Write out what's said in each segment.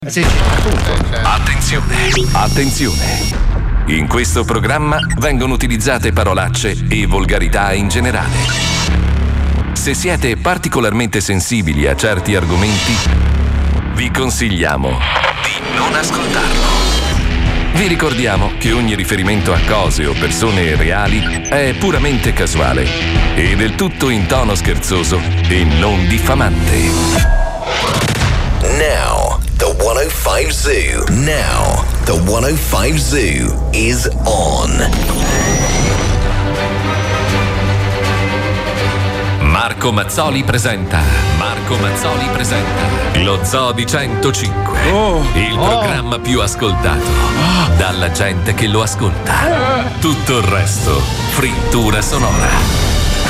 Sì, appunto. Attenzione! In questo programma vengono utilizzate parolacce e volgarità in generale. Se siete particolarmente sensibili a certi argomenti, vi consigliamo di non ascoltarlo. Vi ricordiamo che ogni riferimento a cose o persone reali è puramente casuale e del tutto in tono scherzoso e non diffamante. Now, the 105 Zoo. Now, the 105 Zoo is on. Marco Mazzoli presenta Lo Zoo di 105, il programma più ascoltato dalla gente che lo ascolta. Tutto il resto, frittura sonora.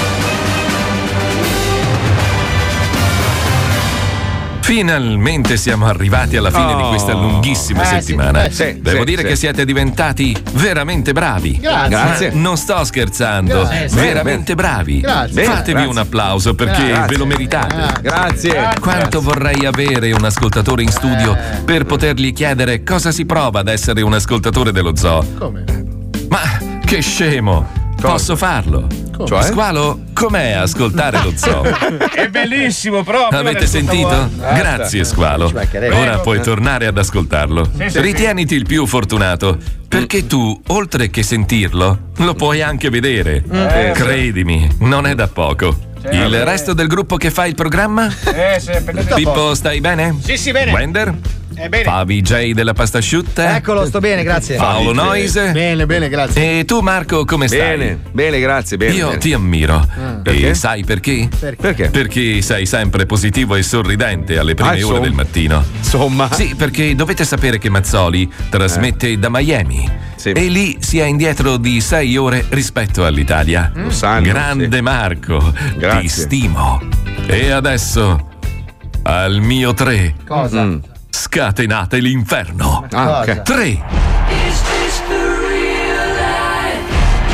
Finalmente siamo arrivati alla fine di questa lunghissima settimana. Devo dire che siete diventati veramente bravi. Grazie. Ma non sto scherzando, veramente bravi. Fatevi un applauso perché ve lo meritate. Grazie. Quanto vorrei avere un ascoltatore in studio per potergli chiedere cosa si prova ad essere un ascoltatore dello zoo. Come? Ma che scemo! Posso farlo? Cioè? Squalo, com'è ascoltare lo zoo? È bellissimo proprio. Avete sentito? Grazie Squalo. Ora puoi tornare ad ascoltarlo. Ritieniti il più fortunato, perché tu, oltre che sentirlo, lo puoi anche vedere. Credimi, non è da poco. Il resto del gruppo che fa il programma? Pippo, stai bene? Sì, bene. Wender? Bene. Fabi J della pasta asciutta? Eccolo, sto bene, grazie. Paolo Noise? Bene, grazie. E tu Marco, come stai? Bene, grazie. Io ti ammiro. Perché? E sai perché? Perché? Perché sei sempre positivo e sorridente alle prime ore del mattino. Insomma. Sì, perché dovete sapere che Mazzoli trasmette da Miami. Sì. E lì si è indietro di 6 ore rispetto all'Italia. Lo sanno, Grande sì. Marco, Grazie. ti stimo. E adesso al mio 3. Cosa? Scatenate l'inferno. Ok. 3. Is this the real life?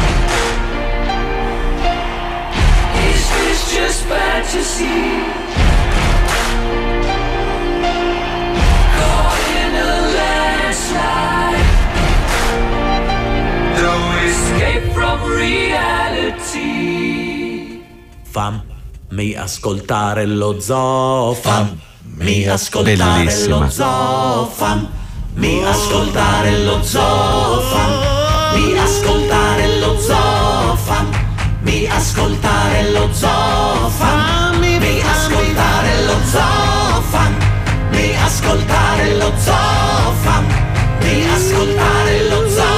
Is this just fantasy? Caught in a landslide. No escape from reality. Fammi ascoltare lo zoo, fammi ascoltare Bellissima. lo zoo, fammi ascoltare lo zoo, fammi ascoltare lo zoo, fammi ascoltare lo zoo, fammi ascoltare lo zoo, fammi ascoltare lo zoo, fammi ascoltare lo zoo.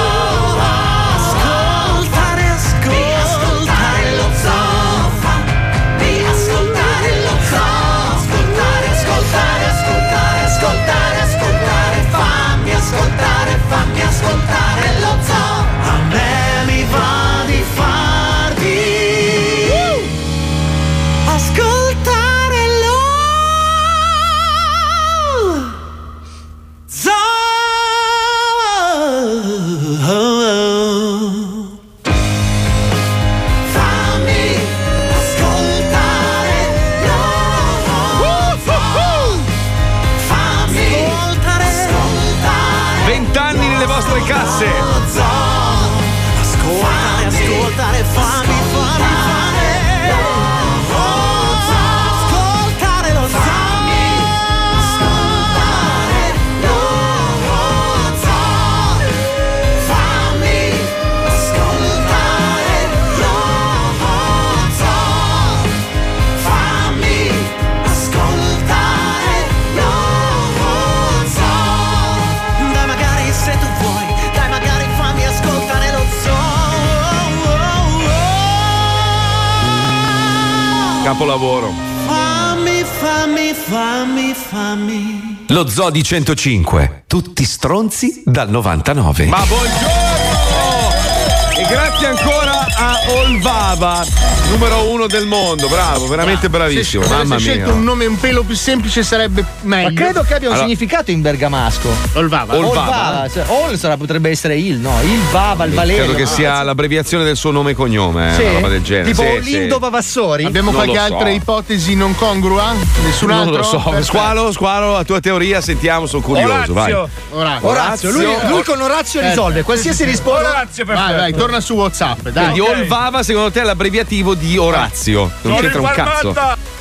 Fammi ascoltare lo zoo. A me mi va di farti ascoltare lo zoo. Fammi ascoltare lo zoo. Fammi ascoltare 20 anni nelle vostre casse. Ascoltare, fammi ascoltare lo zoo. Ascoltare lo zoo. Fammi ascoltare lo zoo. Fammi ascoltare lo zoo. Dai magari se tu vuoi, dai magari fammi ascoltare lo zoo. Capolavoro. Fammi. Lo Zoo di 105, tutti stronzi dal 99. Ma buongiorno! E grazie ancora a Olvava, numero 1 del mondo. Bravo, veramente bravissimo. Se Mamma avessi mia. scelto un nome un pelo più semplice sarebbe meglio. Ma credo che abbia un significato in bergamasco. Olvava. Cioè, potrebbe essere il, no? Il Vava, il Valero. Credo che sia l'abbreviazione del suo nome e cognome, Sì? una roba del genere. Tipo Sì, Lindo sì. Vavassori. Abbiamo Non qualche lo so. altra ipotesi non congrua? Nessun Non altro? lo so. Perfetto. Squalo, la tua teoria, sentiamo, sono curioso. Vai. Orazio, lui con Orazio risolve qualsiasi risposta. Orazio, perfetto. Vai, torna su WhatsApp. Dai. Quindi Olvava, secondo te, è l'abbreviativo di Orazio. Non c'entra un cazzo.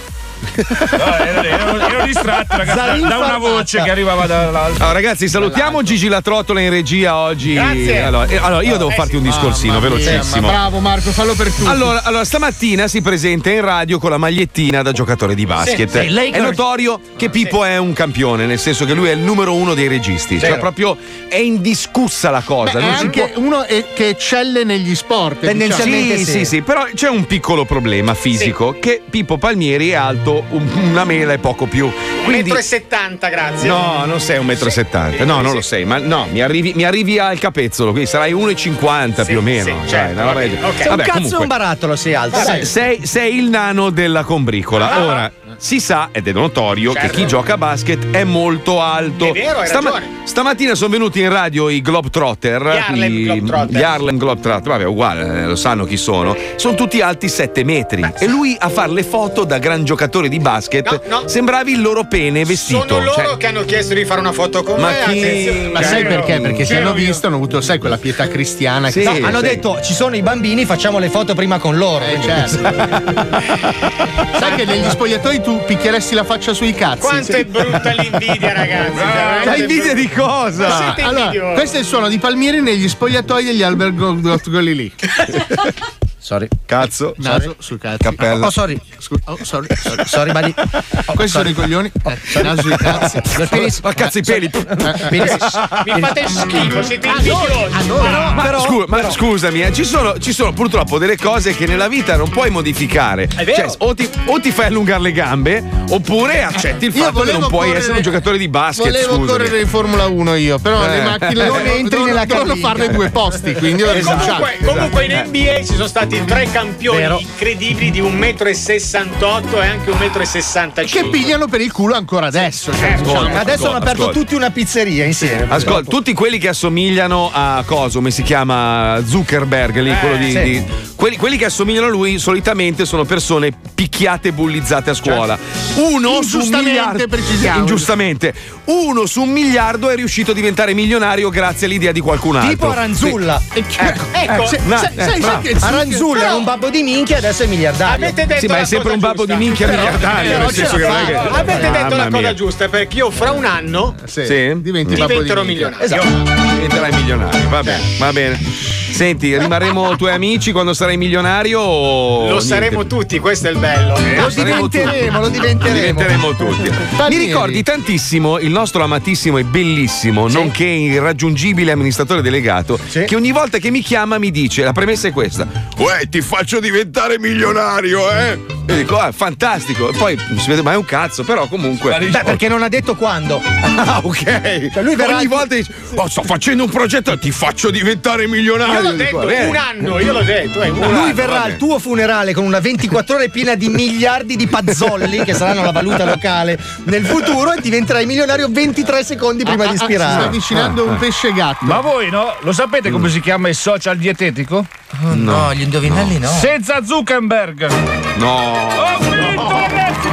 Ero distratto, ragazzi, da una voce che arrivava dall'alto. Allora, ragazzi, salutiamo Gigi La Trottola in regia oggi. Grazie. Allora, io devo farti un discorsino velocissimo. Bravo Marco, fallo per tutti. Allora, stamattina si presenta in radio con la magliettina da giocatore di basket. Sì, È notorio che Pippo è un campione, nel senso che lui è il numero 1 dei registi. Cioè, proprio è indiscussa la cosa. È non si anche può... uno che eccelle negli sport. Tendenzialmente Sì, però c'è un piccolo problema fisico che Pippo Palmieri è alto una mela e poco più. Quindi 1,70 m, grazie. no, non sei 1,70 m. No, non lo sei, ma no, mi arrivi al capezzolo, quindi sarai 1,50 più o meno. sì, Cioè, certo, una roba ok, del- ok. Sei un Vabbè, cazzo e comunque, un barattolo, sei alto. Vabbè, sei il nano della combricola. Ora si sa ed è notorio che chi gioca a basket è molto alto. È vero, hai ragione. Stamattina sono venuti in radio i Globetrotter, gli Harlem Globetrotter, vabbè, uguale, lo sanno chi sono. Sono tutti alti 7 metri. E lui a fare le foto da gran giocatore di basket sembravi il loro pene vestito. Sono loro cioè, che hanno chiesto di fare una foto con Ma me. chi- attenzione. Ma sai perché? Perché se hanno C'ero io. visto, hanno avuto, sai, quella pietà cristiana. Sì. che No, hanno detto ci sono i bambini, facciamo le foto prima con loro. certo. Sai che negli spogliatoi tu picchieresti la faccia sui cazzi. Quanto è brutta l'invidia, ragazzi. veramente Hai invidia di Ma cosa? siete Allora, invidiosi. questo è il suono di Palmieri negli spogliatoi degli alberghi lì. Sorry. Cazzo. Naso sul cazzo. Cappello. Oh, sorry. Sorry. Sorry, buddy. Questi sono i coglioni. Naso sui cazzi. Ma cazzo i peli. Mi fate schifo, siete invidiosi. Ma scusami, ci sono purtroppo delle cose che nella vita non puoi modificare. È vero. Cioè, o ti fai allungare le gambe, oppure accetti il fatto che non puoi essere un giocatore di basket. Volevo Scusami. correre in Formula 1 io, però le macchine Non entri nella devono carlinga. farne 2 posti, quindi ho rinunciato. Comunque in NBA ci sono stati 3 campioni Vero. incredibili di 1,68 m e anche 1,65 m. Che pigliano per il culo ancora adesso. Cioè, Ma adesso hanno aperto tutti una pizzeria insieme. Ascolta, tutti quelli che assomigliano a cosa, come si chiama Zuckerberg, lì, quello sì. quelli che assomigliano a lui solitamente sono persone picchiate e bullizzate a scuola. Uno su un Ingiustamente, miliardo, precisiamo. ingiustamente, uno su 1 miliardo è riuscito a diventare milionario grazie all'idea di qualcun altro. Tipo Aranzulla. Ecco, sai che Aranzulla era un babbo di minchia, adesso è miliardario. avete detto Sì, ma la è sempre cosa un babbo giusta. di minchia miliardario, Però nel senso che non è che. avete detto la Mamma cosa mia. giusta, perché io fra un anno Sì? diventerò milionario. Diventerai milionario, va bene, va bene. Senti, rimarremo tuoi amici quando sarai milionario o Lo niente? saremo tutti, questo è il bello. Lo diventeremo. Diventeremo tutti. Mi ricordi tantissimo il nostro amatissimo e bellissimo, nonché irraggiungibile amministratore delegato, che ogni volta che mi chiama mi dice: la premessa è questa: uè, ti faccio diventare milionario, eh? E dico: ah, fantastico. E poi non si vede mai un cazzo, però comunque. Beh, perché non ha detto quando. Ah, ok. Cioè, lui verrà ogni volta dice: oh, sto facendo un progetto, ti faccio diventare milionario. Io l'ho Dico, detto, un anno, io l'ho detto. Lui verrà al tuo funerale con una 24 ore piena di miliardi di pazzolli che saranno la valuta locale nel futuro e diventerai milionario 23 secondi prima di Si sta ispirare. avvicinando un pesce gatto. Ma voi no? Lo sapete come si chiama il social dietetico? Oh, no, gli indovinelli no. Senza Zuckerberg. No. Ho vinto, ragazzi!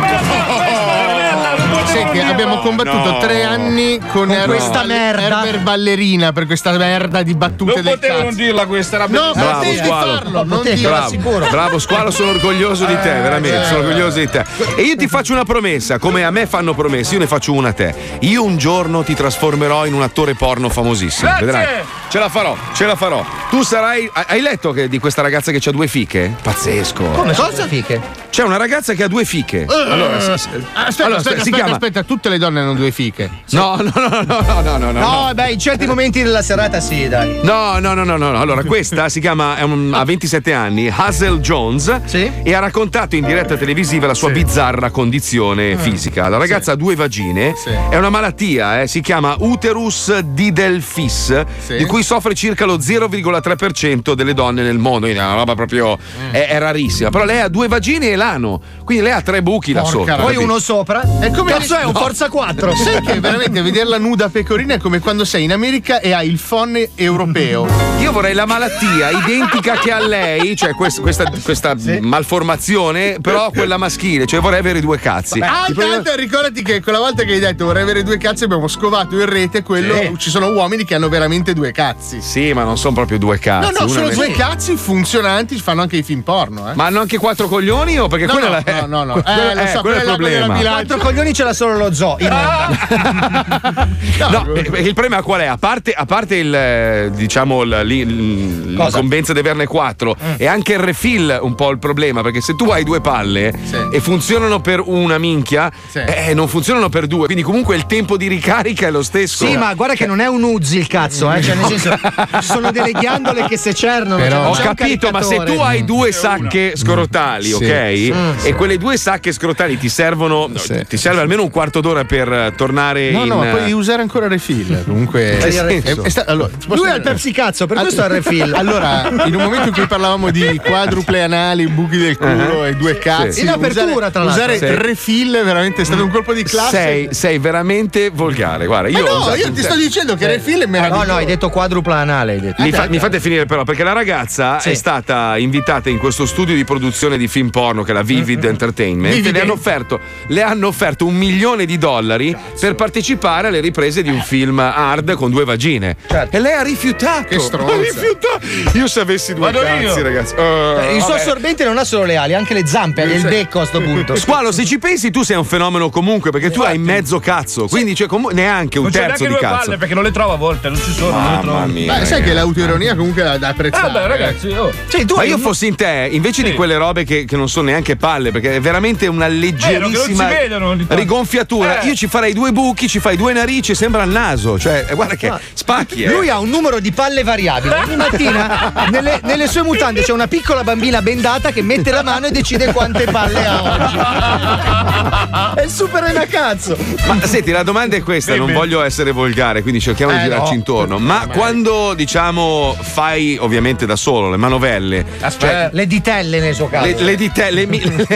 Senti, abbiamo combattuto 3 anni con questa merda. Herbert Ballerina per questa merda di battute Non del potevo non cazzo. dirla questa, era No, bellissima. potevi Squalo. farlo, non Potevi, dirlo. era sicuro. Bravo Squalo, sono orgoglioso di te, veramente, sono orgoglioso di te. E io ti faccio una promessa, come a me fanno promesse, io ne faccio una a te. Io un giorno ti trasformerò in un attore porno famosissimo. Grazie. Vedrai. Ce la farò. Tu sarai. Hai letto di questa ragazza che ha 2 fiche? Pazzesco. Come cosa? Fiche. C'è una ragazza che ha 2 fiche. Aspetta, tutte le donne hanno 2 fiche. No. No, beh, in certi momenti della serata sì, dai. No. Allora, questa si chiama, ha 27 anni, Hazel Jones, e ha raccontato in diretta televisiva la sua bizzarra condizione fisica. La ragazza ha 2 vagine, è una malattia, si chiama uterus didelphys, di cui soffre circa lo 0,3% delle donne nel mondo. Quindi è una roba proprio è rarissima. Però lei ha 2 vagine e l'ano, quindi lei ha 3 buchi là sotto. Poi uno sopra. È come cazzo è un Forza 4. Sai che veramente vederla nuda pecorina è come quando sei in America e hai il phon europeo. Io vorrei la malattia identica che ha lei, cioè questa malformazione, però quella maschile, cioè vorrei avere 2 cazzi. Tanto ricordati che quella volta che hai detto vorrei avere 2 cazzi abbiamo scovato in rete quello, ci sono uomini che hanno veramente 2 cazzi. Sì, ma non sono proprio 2 cazzi. No, sono 2 cazzi funzionanti, fanno anche i film porno. Ma hanno anche 4 coglioni o perché quella no. Lo so, quello è il problema. 4 coglioni ce l'ha solo lo zoo. No, il problema qual è? A parte il diciamo l'incombenza di averne 4 e anche il refill un po' il problema, perché se tu hai 2 palle e funzionano per una minchia, non funzionano per 2, quindi comunque il tempo di ricarica è lo stesso. Sì, ma guarda che non è un Uzi il cazzo, cioè nel senso sono delle ghandole che secernono. Però, ho capito, ma se tu hai 2 sacche scrotali, ok? E quelle 2 sacche scrotali ti servono, ti serve almeno un quarto d'ora per tornare ma puoi usare ancora refill. Comunque allora, lui ha il Pepsi cazzo, per questo è il refill. Allora, in un momento in cui parlavamo di quadruple anali, buchi del culo e 2 cazzi, in apertura tra l'altro, usare refill è veramente stato un colpo di classe. Sei veramente volgare. Guarda, io ti sto dicendo che refill è meraviglioso. No, hai detto quadrupla anale, hai detto. Mi fate finire però, perché la ragazza è stata invitata in questo studio di produzione di film porno che è la Vivid Entertainment, e le hanno offerto $1 milione per partecipare alle riprese di un film hard con 2 vagine. E lei ha rifiutato. Che stronza. Io se avessi 2 cazzi, ragazzi. Il suo assorbente non ha solo le ali, anche le zampe e il becco a sto punto. Squalo, se ci pensi tu sei un fenomeno comunque, perché tu hai mezzo cazzo, quindi cioè, neanche un terzo di cazzo. Palle, perché non le trovo a volte, non ci sono. Mamma mia. Sai che l'autoironia comunque è da apprezzare. Beh, ragazzi, ma io fossi in te, invece di quelle robe che non sono neanche palle, perché è veramente una leggerissima rigonfiatura. Io ci farei 2 buchi, ci fai 2 narici, sembra il naso. Cioè, guarda che spacchi. Lui ha un numero di palle variabile. Ogni mattina nelle sue mutande c'è una piccola bambina bendata che mette la mano e decide quante palle ha oggi. È il super cazzo. Ma senti, la domanda è questa: non voglio essere volgare, quindi cerchiamo di girarci intorno. Ma quando diciamo fai ovviamente da solo le manovelle, cioè le ditelle nel suo caso. Le ditelle.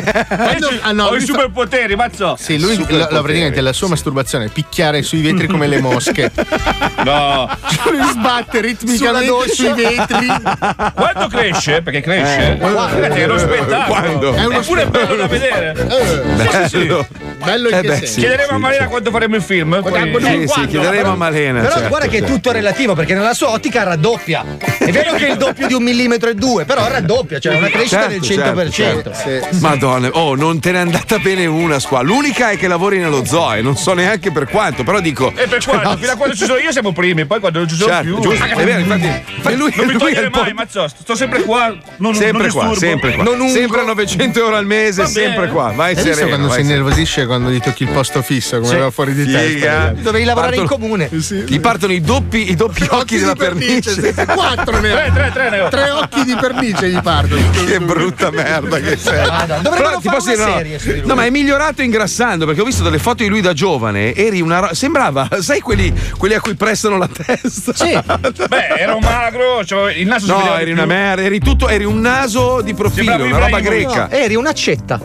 Ho i superpoteri, mazzo. Sì, lui praticamente la sua masturbazione è picchiare sui vetri come le mosche. No. Lui sbatte ritmicamente sui vetri. Quando cresce? Perché cresce? Ragazzi, è uno spettacolo. È pure bello da vedere. Bello in che senso? Chiederemo a Malena quando faremo il film. Sì, chiederemo a Malena. Però guarda che è tutto relativo, perché nella sua ottica raddoppia. È vero che è il doppio di 1,2 millimetri, però raddoppia, cioè una crescita del 100%. Madonna, non te n'è andata bene una, Squalo. L'unica è che lavori nello zoo e non so neanche per quanto, però dico. E per quanto? Fino a quando ci sono io siamo primi, poi quando non ci sono più. Giusto, è vero, infatti lui non mi togliere mai, mazzo. Sto sempre qua. Sempre qua. Sempre 900 euro al mese, sempre qua. Vai sereno. Quando si innervosisce quando gli tocchi il posto fisso, come va fuori di testa. Dovevi lavorare in comune. Gli partono i doppi occhi della pernice. 4 ne ho. 3 occhi di pernice gli partono. Che brutta merda che sei. Dovrebbero fare una serie. No, ma è migliorato ingrassando, perché ho visto delle foto di lui da giovane. Sembrava, sai quelli a cui prestano la testa. Sì. Beh, ero magro, il naso si vedeva. No, eri una merda, eri un naso di profilo, una roba greca. No, eri un'accetta.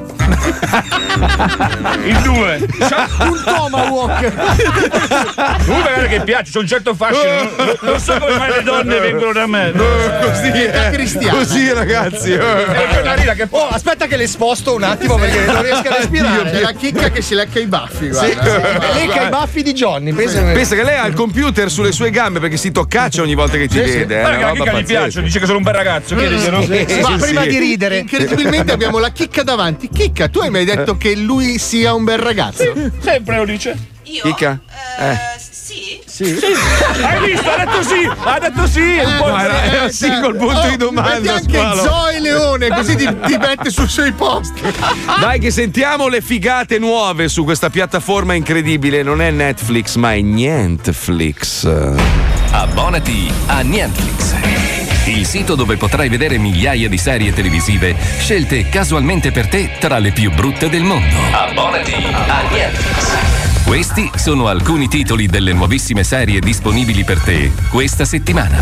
Il 2. Un tomahawk. Guarda che piace, c'è un certo fascino. Non so come mai le donne vengono da me. Così, ragazzi. Aspetta che le sposto un attimo perché non riesco a respirare. C'è la chicca che si lecca i baffi, guarda. Lecca i baffi di Johnny. Pensa che lei ha il computer sulle sue gambe perché si toccaccia ogni volta che ti vede. La chicca gli piace, dice che sono un bel ragazzo. Ma prima di ridere, incredibilmente abbiamo la chicca davanti. Chicca, tu hai mai detto che lui sia un bel ragazzo? Sempre lo dice. Io? Chicca? Sì. Sì. Hai visto? Ha detto sì. Un po' era sì col punto di domanda. Metti anche Squalo. Zoe Leone, così ti mette sui suoi posti. Dai che sentiamo le figate nuove su questa piattaforma incredibile. Non è Netflix, ma è Nienteflix. Abbonati a Nienteflix, il sito dove potrai vedere migliaia di serie televisive scelte casualmente per te tra le più brutte del mondo. Abbonati a Nienteflix. Questi sono alcuni titoli delle nuovissime serie disponibili per te questa settimana.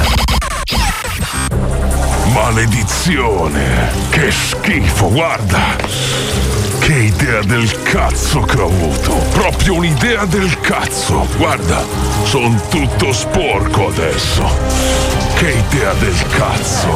Maledizione! Che schifo, guarda! Che idea del cazzo che ho avuto! Proprio un'idea del cazzo! Guarda, sono tutto sporco adesso! Che idea del cazzo!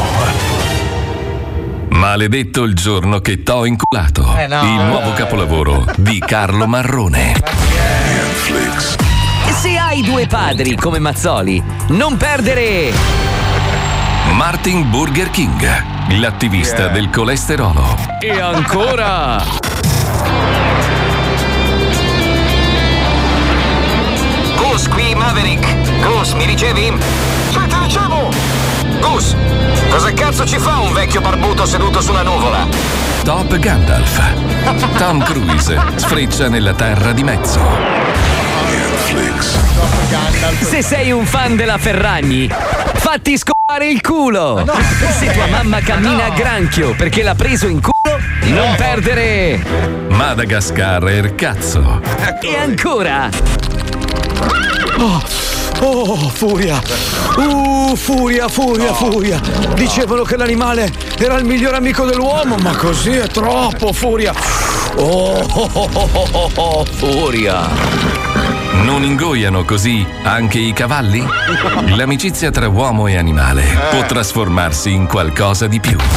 Maledetto il giorno che t'ho inculato. Il nuovo capolavoro di Carlo Marrone. Netflix. Se hai due padri come Mazzoli, non perdere Martin Burger King, l'attivista del colesterolo. E ancora Gus, qui Maverick. Gus, mi ricevi? Sì, ti ricevo. Gus, cosa cazzo ci fa un vecchio barbuto seduto su una nuvola? Top Gandalf. Tom Cruise sfreccia nella terra di mezzo. Netflix. se sei un fan della Ferragni, fatti scopare il culo. Se tua mamma cammina a granchio perché l'ha preso in culo, non perdere Madagascar e il cazzo. E ancora Furia! Furia! Dicevano che l'animale era il miglior amico dell'uomo, ma così è troppo, Furia! Furia! Non ingoiano così anche i cavalli? L'amicizia tra uomo e animale può trasformarsi in qualcosa di più.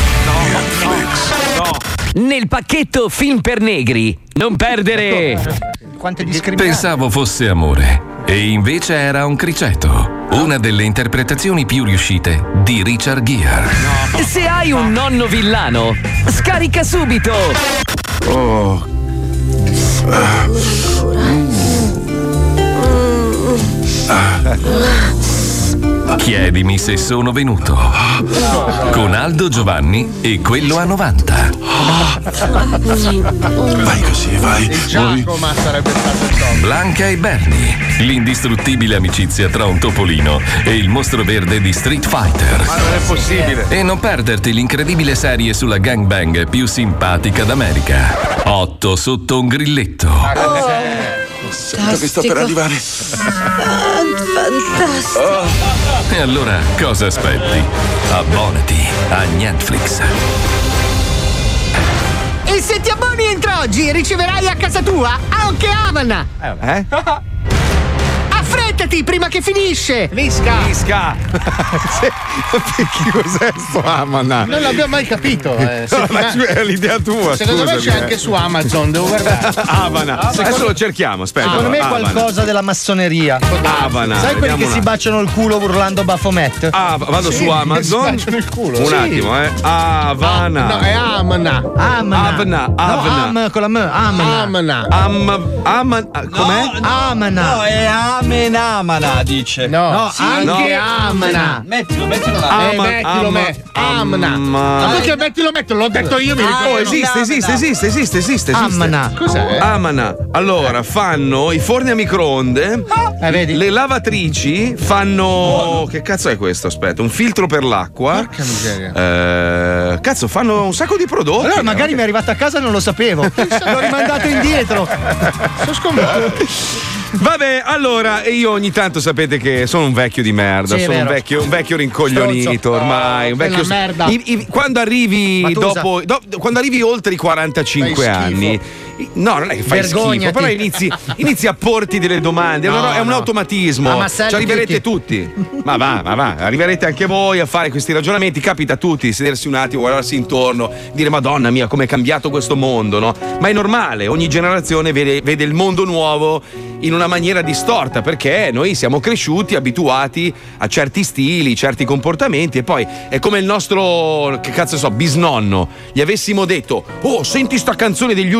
Nel pacchetto film per negri, non perdere Quante discriminazioni. Pensavo fosse amore, e invece era un criceto. Una delle interpretazioni più riuscite di Richard Gere. Se hai un nonno villano, scarica subito. Chiedimi se sono venuto. Con Aldo Giovanni e quello a 90. Vai così, vai. Giacomo sarebbe stato il top. Blanca e Bernie, l'indistruttibile amicizia tra un topolino e il mostro verde di Street Fighter. Ma non è possibile. E non perderti l'incredibile serie sulla gangbang più simpatica d'America. 8 sotto un grilletto. Sento che sto per arrivare. Fantastico. E allora cosa aspetti? Abbonati a Netflix. E se ti abboni entro oggi riceverai a casa tua anche Havana. Affrettati prima che finisce. Lisca. Che cos'è sto Amana? Non l'abbiamo mai capito. No, ma è l'idea tua. Secondo me c'è anche su Amazon, devo guardare. Havana. Adesso lo cerchiamo, aspetta. Secondo me è Havana. qualcosa della massoneria. Havana. Sai quelli che vediamo si baciano il culo urlando Baphomet? vado su Amazon. Si baciano il culo. Un attimo, Havana. No, è Amana. Avna. No, Am con la M. Amana. Com'è? Amana. No, è Amenamana, dice. No, anche Amana. Mettilo là. Amna. Ma perché mettilo? L'ho detto io, mi ricordo. Esiste. Amana. Cos'è? Amana. Allora, fanno i forni a microonde. Vedi? Le lavatrici fanno. Che cazzo è questo? Aspetta, un filtro per l'acqua. Porca miseria. Cazzo, fanno un sacco di prodotti. Allora magari mi è arrivato a casa e non lo sapevo. L'ho rimandato indietro. Sono sconvolto. Vabbè, allora, io ogni tanto sapete che sono un vecchio di merda, Sì, sono un vecchio rincoglionito ormai, un vecchio merda. Quando arrivi quando arrivi oltre i 45 Fai anni, no, non è che fai Vergognati. schifo, però inizi a porti delle domande, è un automatismo. ma Ci arriverete tutti. Ma va, arriverete anche voi a fare questi ragionamenti, capita a tutti di sedersi un attimo, guardarsi intorno, dire Madonna mia, come è cambiato questo mondo, no? Ma è normale, ogni generazione vede il mondo nuovo in una maniera distorta, perché noi siamo cresciuti abituati a certi stili, certi comportamenti, e poi è come il nostro, che cazzo so, bisnonno, gli avessimo detto senti sta canzone degli U2, avrebbe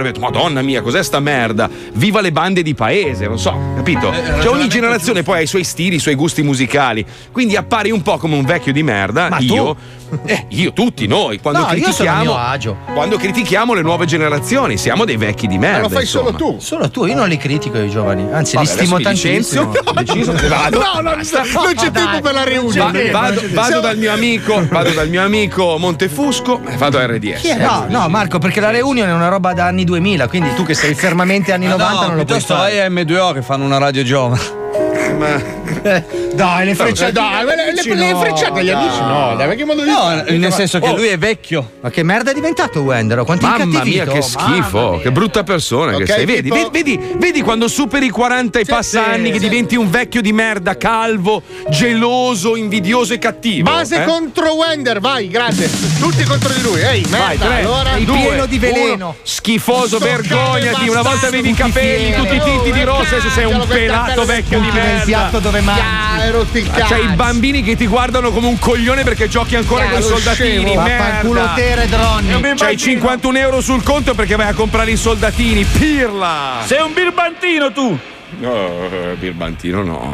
ho detto Madonna mia, cos'è sta merda? Viva le bande di paese, non so, capito? Cioè ogni generazione poi ha i suoi stili, i suoi gusti musicali, quindi appari un po' come un vecchio di merda. Ma io, tutti noi, quando io sono a critichiamo mio agio. quando critichiamo le nuove generazioni, siamo dei vecchi di merda. Ma lo fai insomma. solo tu. Io non li critico i giovani, anzi Vabbè, li stimo adesso mi tantissimo. vado. No, non c'è tempo per la riunione. Vado dal mio amico Montefusco e vado a RDS. No, Marco, perché la reunion è una roba da anni 2000, quindi tu che sei fermamente anni 90 non lo puoi fare. Vai a M2O che fanno una radio giovane. Dai, le frecciate agli amici, no, dai, che modo di fare? Nel senso che lui è vecchio. Ma che merda è diventato Wender? Quanto Mamma mia, incattivito. che schifo, che brutta persona che sei. Vedi quando superi i 40 e passa anni che diventi un vecchio di merda, calvo, geloso, invidioso e cattivo. Base contro Wender, vai, grande. Tutti contro di lui. Ehi, merda, vai, 3, allora. Pieno di veleno. 1. Schifoso, vergognati. Una volta avevi i capelli tutti tinti di rosa, adesso sei un pelato vecchio di merda. Il piatto dove mangi. C'hai i bambini che ti guardano come un coglione perché giochi ancora con i soldatini. Vaffanculo te, Redronni. C'hai 51 euro sul conto perché vai a comprare i soldatini. Pirla! Sei un birbantino tu! No, birbantino no.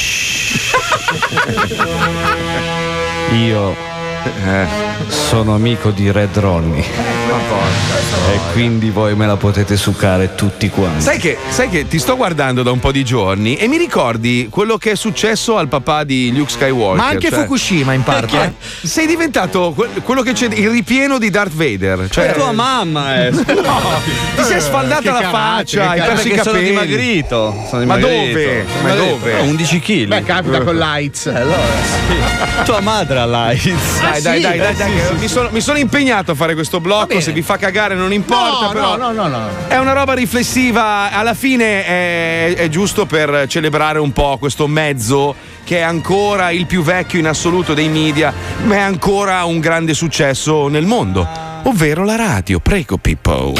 Io sono amico di Red Ronnie. E quindi voi me la potete succare tutti quanti. Sai che ti sto guardando da un po' di giorni e mi ricordi quello che è successo al papà di Luke Skywalker. Ma anche Fukushima in parte. Sei diventato quello che c'è, il ripieno di Darth Vader. Cioè tua mamma ti sei sfaldata la faccia, hai perso i capelli. Sono dimagrito. Ma dove? Ma dove? 11 kg. Beh, capita con l'AIDS. Allora, tua madre ha l'AIDS. Dai, mi sono impegnato a fare questo blocco. Se vi fa cagare non importa, però no. È una roba riflessiva. Alla fine è giusto per celebrare un po' questo mezzo che è ancora il più vecchio in assoluto dei media, ma è ancora un grande successo nel mondo, ovvero la radio. Prego, Pippo.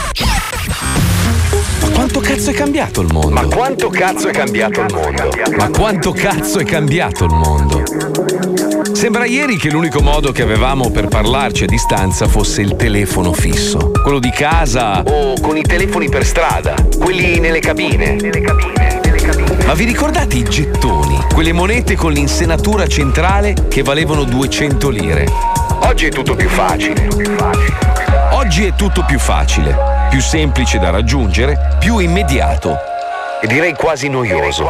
Quanto cazzo è cambiato il mondo? Ma quanto cazzo è cambiato il mondo? Ma quanto cazzo è cambiato il mondo? Sembra ieri che l'unico modo che avevamo per parlarci a distanza fosse il telefono fisso. Quello di casa O con i telefoni per strada, quelli nelle cabine. Ma vi ricordate i gettoni? Quelle monete con l'insenatura centrale che valevano 200 lire. Oggi è tutto più facile. Oggi è tutto più facile, più semplice da raggiungere, più immediato. E direi quasi noioso.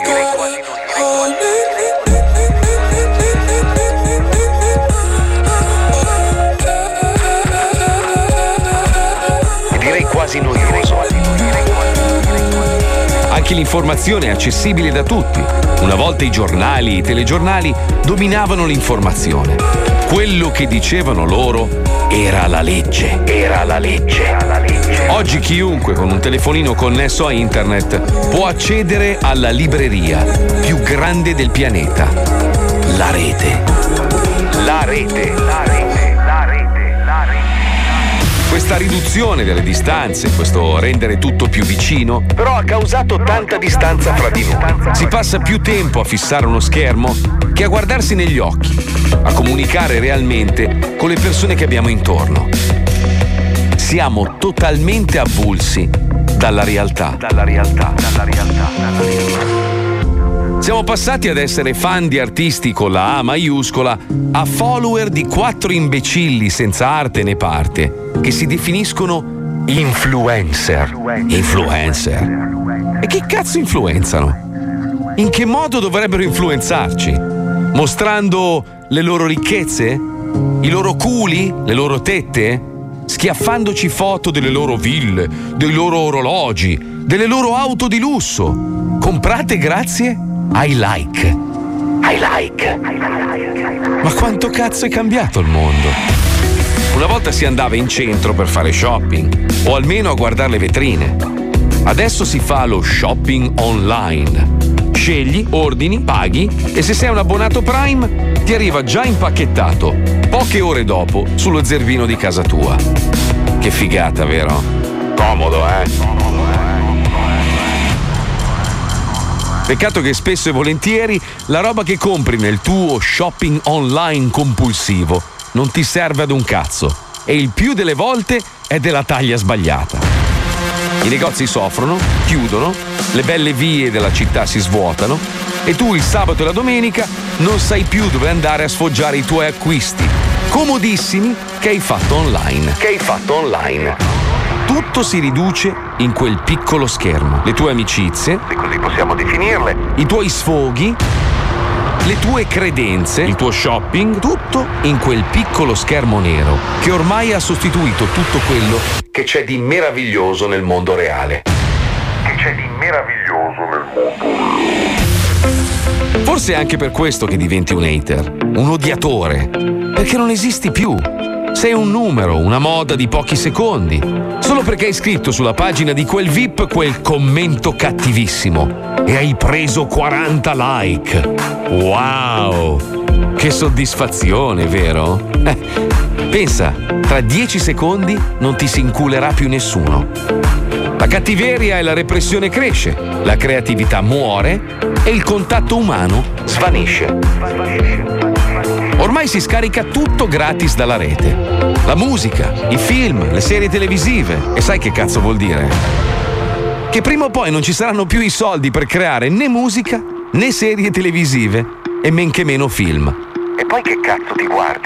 Anche l'informazione è accessibile da tutti. Una volta i giornali e i telegiornali dominavano l'informazione. Quello che dicevano loro era la legge. Oggi chiunque con un telefonino connesso a internet può accedere alla libreria più grande del pianeta. La rete. Questa riduzione delle distanze, questo rendere tutto più vicino, Però ha causato tanta distanza fra di noi. si passa più tempo a fissare uno schermo che a guardarsi negli occhi, a comunicare realmente con le persone che abbiamo intorno. Siamo totalmente avulsi dalla realtà. Siamo passati ad essere fan di artisti con la A maiuscola a follower di 4 imbecilli senza arte né parte che si definiscono influencer. E che cazzo influenzano? In che modo dovrebbero influenzarci? Mostrando le loro ricchezze? I loro culi? Le loro tette? Schiaffandoci foto delle loro ville, dei loro orologi, delle loro auto di lusso, comprate grazie ai like. Ma quanto cazzo è cambiato il mondo? Una volta si andava in centro per fare shopping, o almeno a guardare le vetrine. Adesso si fa lo shopping online. Scegli, ordini, paghi e se sei un abbonato Prime ti arriva già impacchettato poche ore dopo sullo zerbino di casa tua. Che figata, vero? Comodo, Peccato che spesso e volentieri la roba che compri nel tuo shopping online compulsivo non ti serve ad un cazzo e il più delle volte è della taglia sbagliata. I negozi soffrono, chiudono, le belle vie della città si svuotano e tu il sabato e la domenica non sai più dove andare a sfoggiare i tuoi acquisti comodissimi che hai fatto online. Tutto si riduce in quel piccolo schermo. Le tue amicizie, se così possiamo definirle, i tuoi sfoghi, le tue credenze, il tuo shopping, tutto in quel piccolo schermo nero che ormai ha sostituito tutto quello che c'è di meraviglioso nel mondo reale. Forse è anche per questo che diventi un hater, un odiatore, perché non esisti più. Sei un numero, una moda di pochi secondi, solo perché hai scritto sulla pagina di quel VIP quel commento cattivissimo e hai preso 40 like. Wow! Che soddisfazione, vero? Pensa, tra 10 secondi non ti si inculerà più nessuno. La cattiveria e la repressione cresce, la creatività muore e il contatto umano svanisce. Ormai si scarica tutto gratis dalla rete. La musica, i film, le serie televisive. E sai che cazzo vuol dire? Che prima o poi non ci saranno più i soldi per creare né musica, né serie televisive e men che meno film. E poi che cazzo ti guardi?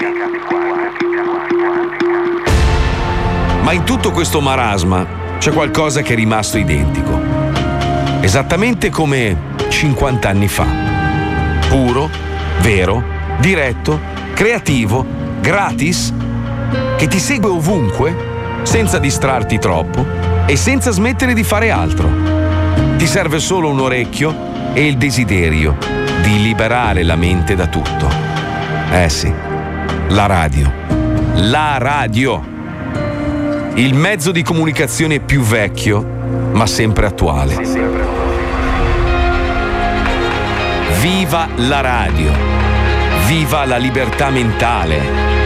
Ma in tutto questo marasma c'è qualcosa che è rimasto identico. Esattamente come 50 anni fa. Puro, vero, diretto, creativo, gratis, che ti segue ovunque, senza distrarti troppo e senza smettere di fare altro. Ti serve solo un orecchio e il desiderio di liberare la mente da tutto. Sì, la radio. La radio. Il mezzo di comunicazione più vecchio, ma sempre attuale. Viva la radio! Viva la libertà mentale!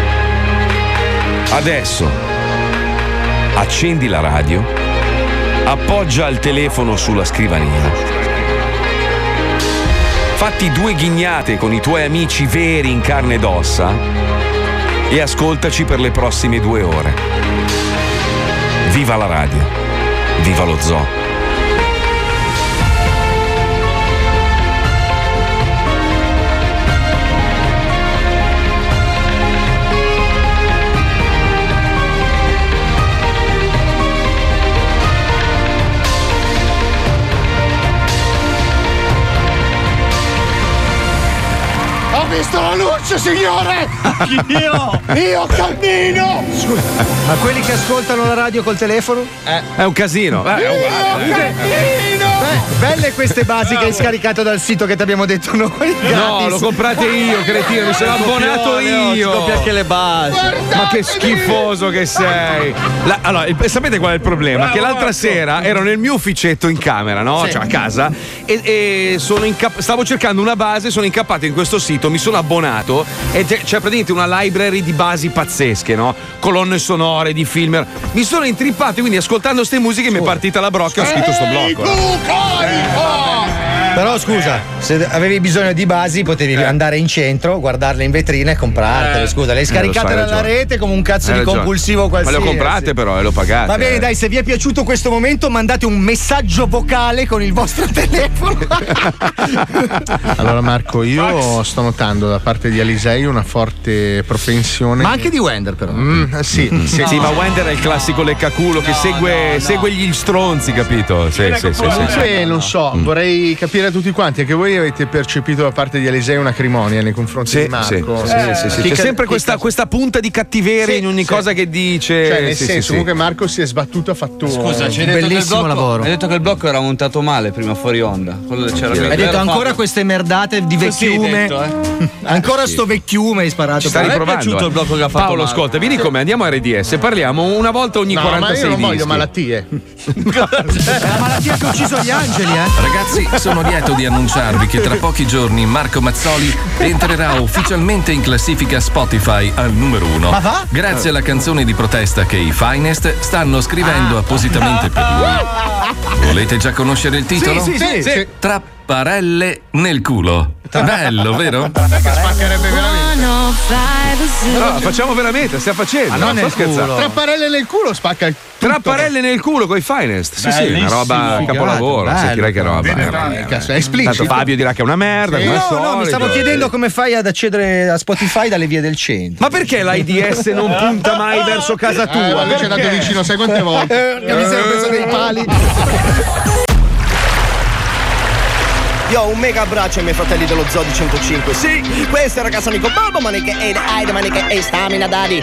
Adesso accendi la radio, appoggia il telefono sulla scrivania, fatti 2 ghignate con i tuoi amici veri in carne ed ossa e ascoltaci per le prossime 2 ore. Viva la radio! Viva lo zoo! Ho visto la luce, signore! Io cammino! Scusa, ma quelli che ascoltano la radio col telefono? È un casino. Belle queste basi che hai scaricato dal sito che ti abbiamo detto noi. Gratis. No, l'ho comprate io, cretino, mi sono abbonato io. Copia anche le basi. Ma che schifoso che sei. Allora, sapete qual è il problema? Bravo, che l'altra sera ero nel mio ufficetto in camera, no? Sì. Cioè a casa, e stavo cercando una base, sono incappato in questo sito, mi sono abbonato e c'è praticamente una library di basi pazzesche, no? Colonne sonore, di film. Mi sono intrippato, quindi ascoltando ste musiche mi è partita la brocca e ho scritto sto blocco. Però scusa, se avevi bisogno di basi potevi andare in centro, guardarle in vetrina e comprartele. Scusa, le hai scaricate dalla rete come un cazzo di compulsivo qualsiasi. Ma le ho comprate però e le ho pagate. Va bene, dai, se vi è piaciuto questo momento mandate un messaggio vocale con il vostro telefono. Allora Marco, io sto notando da parte di Alisei una forte propensione. Ma anche di Wender però. Sì, ma Wender è il classico leccaculo che segue gli stronzi, capito? Sì. Non so, vorrei capire a tutti quanti che voi avete percepito da parte di Alisei una acrimonia nei confronti di Marco. Sì. C'è sempre questa punta di cattiveria in ogni cosa che dice. Cioè, nel senso, comunque Marco si è sbattuto a fattura. Scusa, ci hai detto bellissimo lavoro. Hai detto che il blocco era montato male prima fuori onda. Hai detto ancora queste merdate di vecchiume. Ancora sto vecchiume hai sparato. Ci sta riprovando. Il blocco che ha fatto Paolo, male. ascolta, vieni con me, andiamo a RDS, parliamo una volta ogni 46 ma io non voglio dischi. malattie. La malattia che ha ucciso gli angeli, Ragazzi, sono lieto di annunciarvi che tra pochi giorni Marco Mazzoli entrerà ufficialmente in classifica Spotify al numero 1. Ma va? Grazie alla canzone di protesta che i Finest stanno scrivendo appositamente per lui. Volete già conoscere il titolo? Sì. Tra Trapparelle nel culo. Bello, vero? Perché spaccherebbe veramente? No, facciamo veramente, stiamo facendo. non nel culo. Trapparelle nel culo spacca il tutto. Trapparelle nel culo coi finest. Sì, sì, una roba capolavoro. Sì, direi che roba. È esplicito. Tanto Fabio dirà che è una merda. Sì. Come al No, mi stavo solito. chiedendo come fai ad accedere a Spotify dalle vie del centro. Ma perché l'AIDS non punta mai verso casa tua? Ma lui ci è andato vicino, sai quante volte? Che mi sei preso dei pali. Io ho un mega abbraccio ai miei fratelli dello Zoo di 105. Sì, questo è il ragazzo amico Bobo, maniche e Aide, maniche e stamina daddy.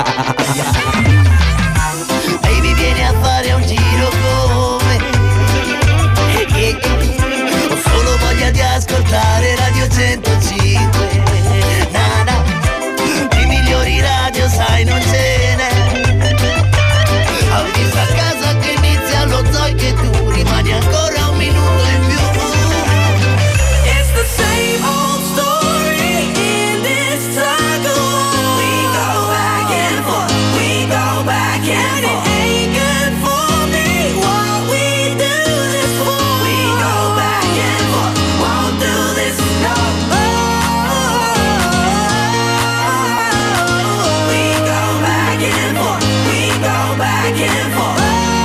Baby, vieni a fare un giro con me. Ho solo voglia di ascoltare Radio 105. Nana, i migliori radio sai non ce n'è. Ho visto a casa che inizia lo Zoo e che tu rimani ancora un minuto in più. Same old story in this tug-of-war. We go back and forth, we go back and forth. It ain't good for me what we do this for. We go back and forth, won't do this no more. We go back and forth, we go back and forth.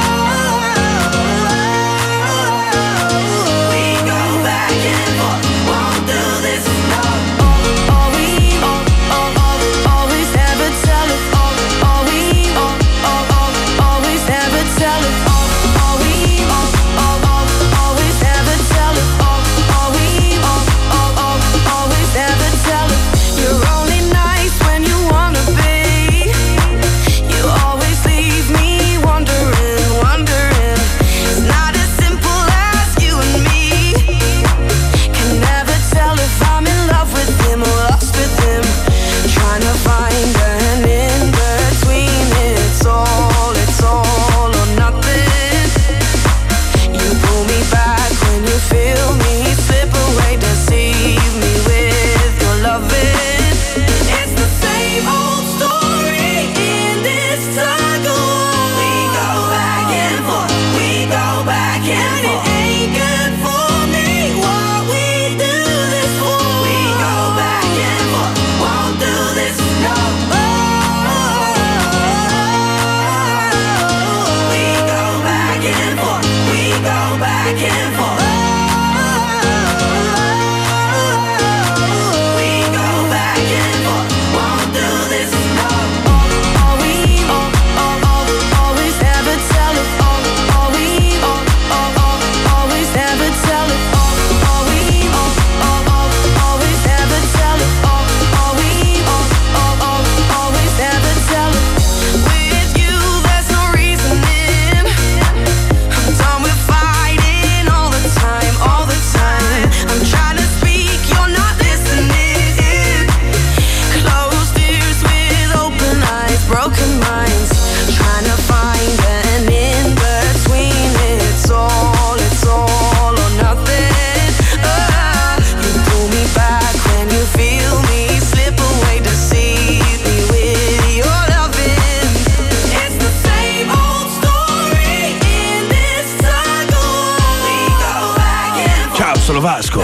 Vasco.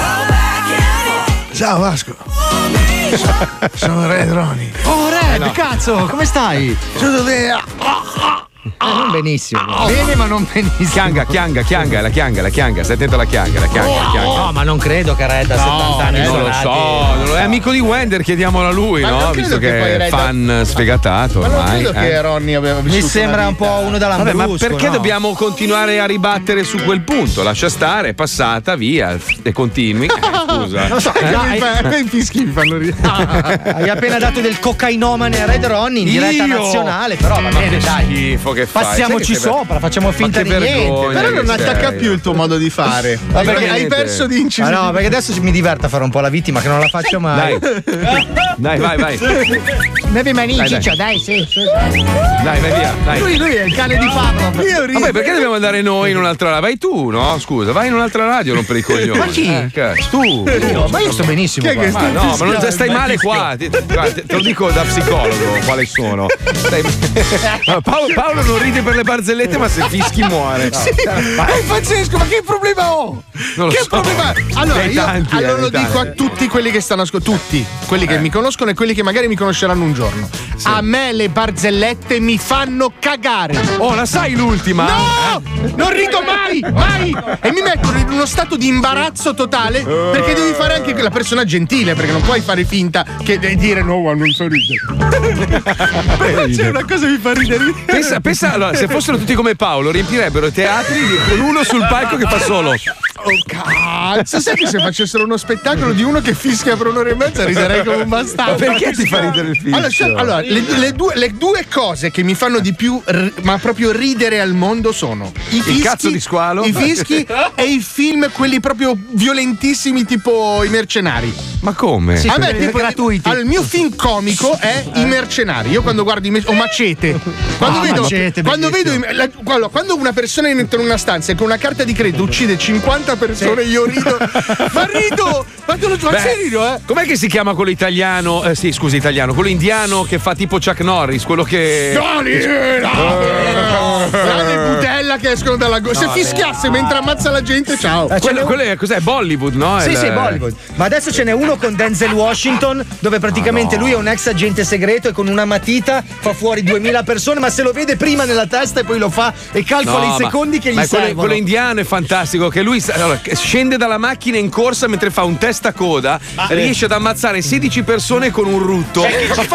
Ciao Vasco. Sono Red Ronnie. Oh Red, cazzo, come stai? Tutto bene. Non benissimo. Bene, ma non benissimo. Chianga, la chianga. Stai attento alla chianga. No, ma non credo che Red a 70 anni non lo so. È amico di Wender, chiediamolo a lui, ma no? Visto che è fan sfegatato ma ormai. Non credo che Ronnie aveva vissuto. Mi sembra un po' uno da Lambrusco. Ma perché no? dobbiamo continuare a ribattere su quel punto? Lascia stare, è passata, via, e continui. Scusa. Non so, i fischi mi fanno ridere. Hai appena dato del cocainomane a Red Ronnie in diretta nazionale, però va bene, dai. Schifo che fai. Passiamoci sopra, facciamo finta di niente. Però non attacca più il tuo modo di fare. Perché hai perso di incisione. Ma no, perché adesso mi diverto a fare un po' la vittima che non la faccio mai. Dai, vai. Bevi manici, dai, sì. Dai, vai via. Dai. Lui è il cane di Pablo. Vabbè, perché dobbiamo andare noi in un'altra radio? Vai tu, no? Scusa, vai in un'altra radio, non per i coglioni. Ma chi? Tu. Ma io sto benissimo. Ma no, ma non stai male qua. Te lo dico da psicologo quali sono. Paolo non ride per le barzellette, ma se fischi muore. Sì, è pazzesco, ma che problema ho? Non lo che so. problema? Allora, Ne hai io tanti, lo ne hai dico a tanti. tutti quelli che stanno ascoltando, tutti quelli che mi conoscono e quelli che magari mi conosceranno un giorno. A me le barzellette mi fanno cagare. Oh, la sai l'ultima? No! Non rido mai! E mi mettono in uno stato di imbarazzo totale perché devi fare anche la persona gentile, perché non puoi fare finta che devi dire no, non so ridere. Però c'è una cosa che mi fa ridere. Pensa allora, se fossero tutti come Paolo, riempirebbero i teatri con uno sul palco che fa solo. Oh cazzo, sai che se facessero uno spettacolo di uno che fischia per un'ora e mezza riderei come un bastardo. Ma perché ti fa ridere il fischio? Allora, le due cose che mi fanno di più, ma proprio ridere al mondo sono i fischi, cazzo di squalo, i fischi e i film, quelli proprio violentissimi, tipo I Mercenari. Ma come? A me tipo gratuiti. Allora, il mio film comico è I Mercenari. Io quando guardo o Macete, quando una persona entra in una stanza e con una carta di credito uccide 50 persone, io rido. Ma rido! Ma te lo giuro, serio, Com'è che si chiama quello italiano? Quello indiano che fa tipo Chuck Norris, quello che. Grande butella che escono dalla se fischiasse mentre ammazza la gente, ciao. Quello è cos'è? Bollywood, no? Sì, Bollywood. Ma adesso ce n'è uno con Denzel Washington, dove praticamente lui è un ex agente segreto e con una matita fa fuori 2000 persone, ma se lo vede prima nella testa e poi lo fa e calcola i secondi che gli servono. Quello indiano è fantastico, che lui scende dalla macchina in corsa mentre fa un testacoda, riesce ad ammazzare 16 persone con un rutto.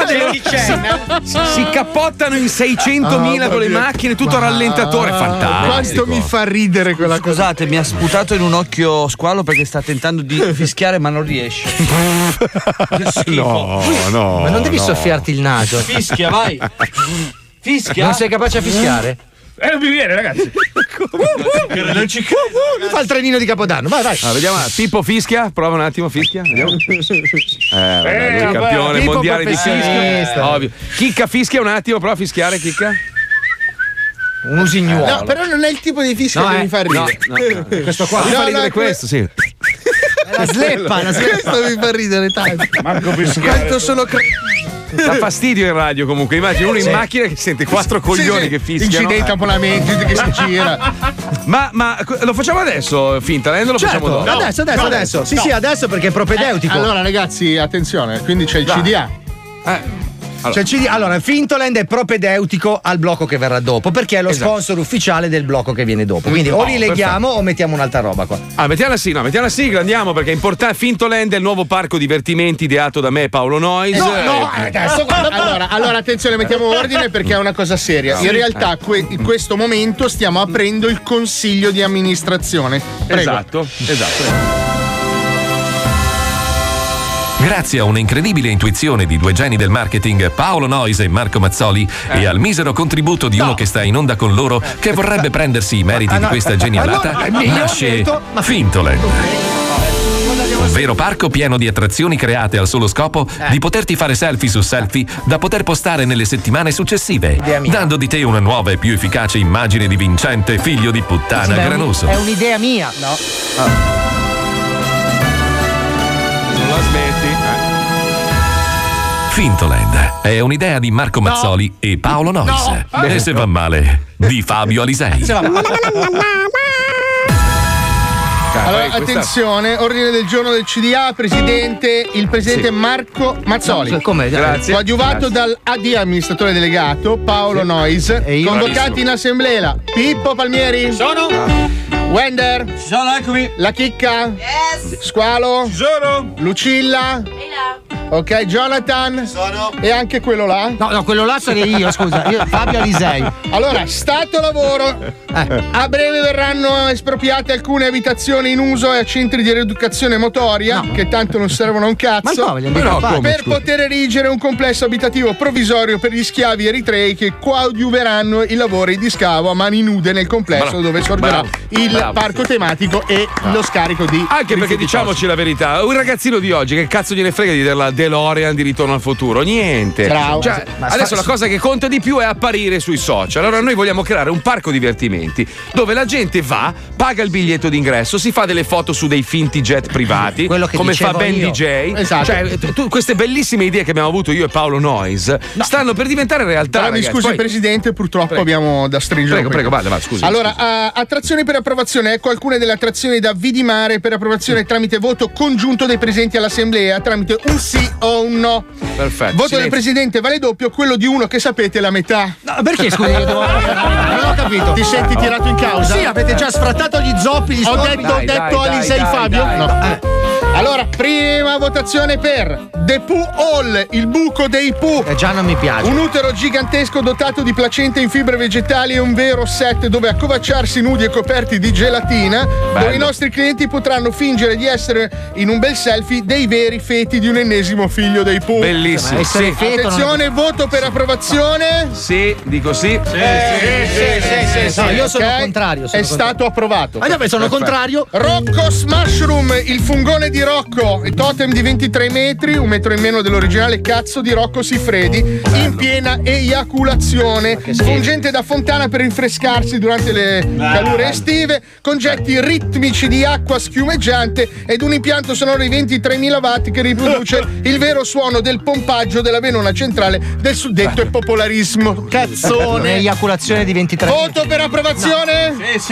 Si cappottano in 600.000 con le macchine, tutto a rallentatore, fantastico. Quanto mi fa ridere quella cosa. Scusate, mi ha sputato in un occhio squalo perché sta tentando di fischiare ma non riesce. No. Ma non devi soffiarti il naso. Fischia, vai. Fischia. Non sei capace a fischiare? Non mi viene, ragazzi. Non ci credo. Mi fa il trenino di Capodanno. Vai. Vediamo, Pippo fischia, prova un attimo, fischia. Vediamo. Lui è il campione Pippo mondiale di fischia. professionista. Ovvio. Chicca fischia un attimo, prova a fischiare, Chicca. Un usignuolo. No, però non è il tipo di fischio che mi fa ridere. No. Questo qua. Mi fa ridere questo, sì. La sleppa. Questo mi fa ridere tanto. Marco fischiare. Quanto sono Dà fastidio in radio comunque. Immagini uno in macchina che sente 4 coglioni che fischiano. Incidente, ampolamenti, gente che si gira. Ma lo facciamo adesso, finta, lo facciamo dopo. No, adesso. Sì, adesso perché è propedeutico. Allora, ragazzi, attenzione, quindi c'è il CDA. Allora, Fintoland è propedeutico al blocco che verrà dopo, perché è lo sponsor ufficiale del blocco che viene dopo. Quindi o li leghiamo o mettiamo un'altra roba qua. Mettiamo la sigla, andiamo, perché è importante. Fintoland è il nuovo parco divertimenti ideato da me e Paolo Noyes. Adesso allora attenzione, mettiamo ordine perché è una cosa seria. In realtà in questo momento stiamo aprendo il consiglio di amministrazione. Prego. Esatto. Grazie a un'incredibile intuizione di due geni del marketing, Paolo Noyes e Marco Mazzoli, e al misero contributo di uno che sta in onda con loro, che vorrebbe prendersi i meriti di questa genialata, nasce Fintoland. Un vero parco pieno di attrazioni create al solo scopo di poterti fare selfie su selfie da poter postare nelle settimane successive, dando di te una nuova e più efficace immagine di vincente figlio di puttana granoso. È un'idea mia, no? Non la smetti. Fintoland è un'idea di Marco Mazzoli e Paolo Noyes. E se va male, di Fabio Alisei. Allora, attenzione, ordine del giorno del CDA, il presidente Marco Mazzoli. Grazie. Coadiuvato dal AD, amministratore delegato, Paolo Noyes. Convocati in assemblea, Pippo Palmieri. Wender. Ci sono, eccomi. La Chicca. Yes. Squalo. Sono. Lucilla. Ok, Jonathan. Sono. E anche quello là. No, quello là sarei io, scusa. Fabio Alisei. Allora, stato lavoro. A breve verranno espropriate alcune abitazioni in uso e a centri di rieducazione motoria, che tanto non servono a un cazzo. Per poter erigere un complesso abitativo provvisorio per gli schiavi eritrei che coadiuveranno i lavori di scavo a mani nude nel complesso dove sorgerà il parco tematico e lo scarico di anche perché diciamoci la verità, un ragazzino di oggi che cazzo gliene frega di DeLorean di Ritorno al Futuro, niente. Bravo. Cioè, adesso la cosa che conta di più è apparire sui social. Allora noi vogliamo creare un parco divertimenti dove la gente va, paga il biglietto d'ingresso, si fa delle foto su dei finti jet privati, come fa Ben io. DJ. Esatto. Cioè, queste bellissime idee che abbiamo avuto io e Paolo Noyes stanno per diventare realtà. Però mi ragazzi. scusi, Poi... Presidente, purtroppo abbiamo da stringere. Prego, vada, scusi. Allora, attrazioni per approvazione. Ecco alcune delle attrazioni da vidimare per approvazione tramite voto congiunto dei presenti all'assemblea, tramite un sì o un no. Perfetto. Voto del Presidente vale doppio, quello di uno che sapete la metà. No, perché scusi? Non ho capito. Ti senti tirato in causa? Sì, avete già sfrattato gli zoppi, gli Ho stolpi. detto Alisei Fabio? No. Allora, prima votazione per The Pooh Hall, il buco dei Pooh. Già non mi piace. Un utero gigantesco dotato di placente in fibre vegetali e un vero set dove accovacciarsi nudi e coperti di gelatina, dove i nostri clienti potranno fingere di essere in un bel selfie dei veri feti di un ennesimo figlio dei Pooh. Bellissimo. Sì. Attenzione, voto per approvazione. Sì, dico sì. Sì. No, io sono contrario. È stato approvato. Sono contrario. Rocco's Mushroom, il fungone di Rocco, il totem di 23 metri, un metro in meno dell'originale cazzo di Rocco Siffredi, in piena eiaculazione, fungente da fontana per rinfrescarsi durante le calure estive, con getti ritmici di acqua schiumeggiante ed un impianto sonoro di 23.000 watt che riproduce il vero suono del pompaggio della venona centrale del suddetto popolarismo. Cazzone. Eiaculazione di 23. Voto per approvazione? Sì.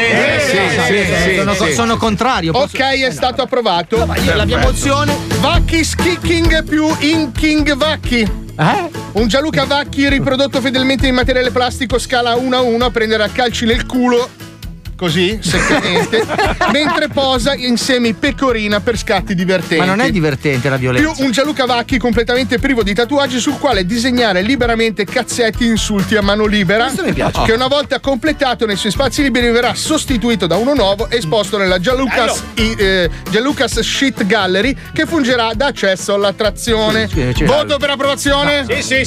Sono contrario. Ok, è stato approvato. La mia mozione. Vacchi Skicking più Inking Vacchi. Un Gianluca Vacchi riprodotto fedelmente in materiale plastico scala 1:1 a prendere a calci nel culo. Così, seccamente, mentre posa insieme pecorina per scatti divertenti. Ma non è divertente la violenza. Più un Gianluca Vacchi completamente privo di tatuaggi sul quale disegnare liberamente cazzetti e insulti a mano libera. Questo mi piace. Che una volta completato nei suoi spazi liberi verrà sostituito da uno nuovo e esposto nella Gianluca's Shit Gallery, che fungerà da accesso all'attrazione. Voto per approvazione? Sì.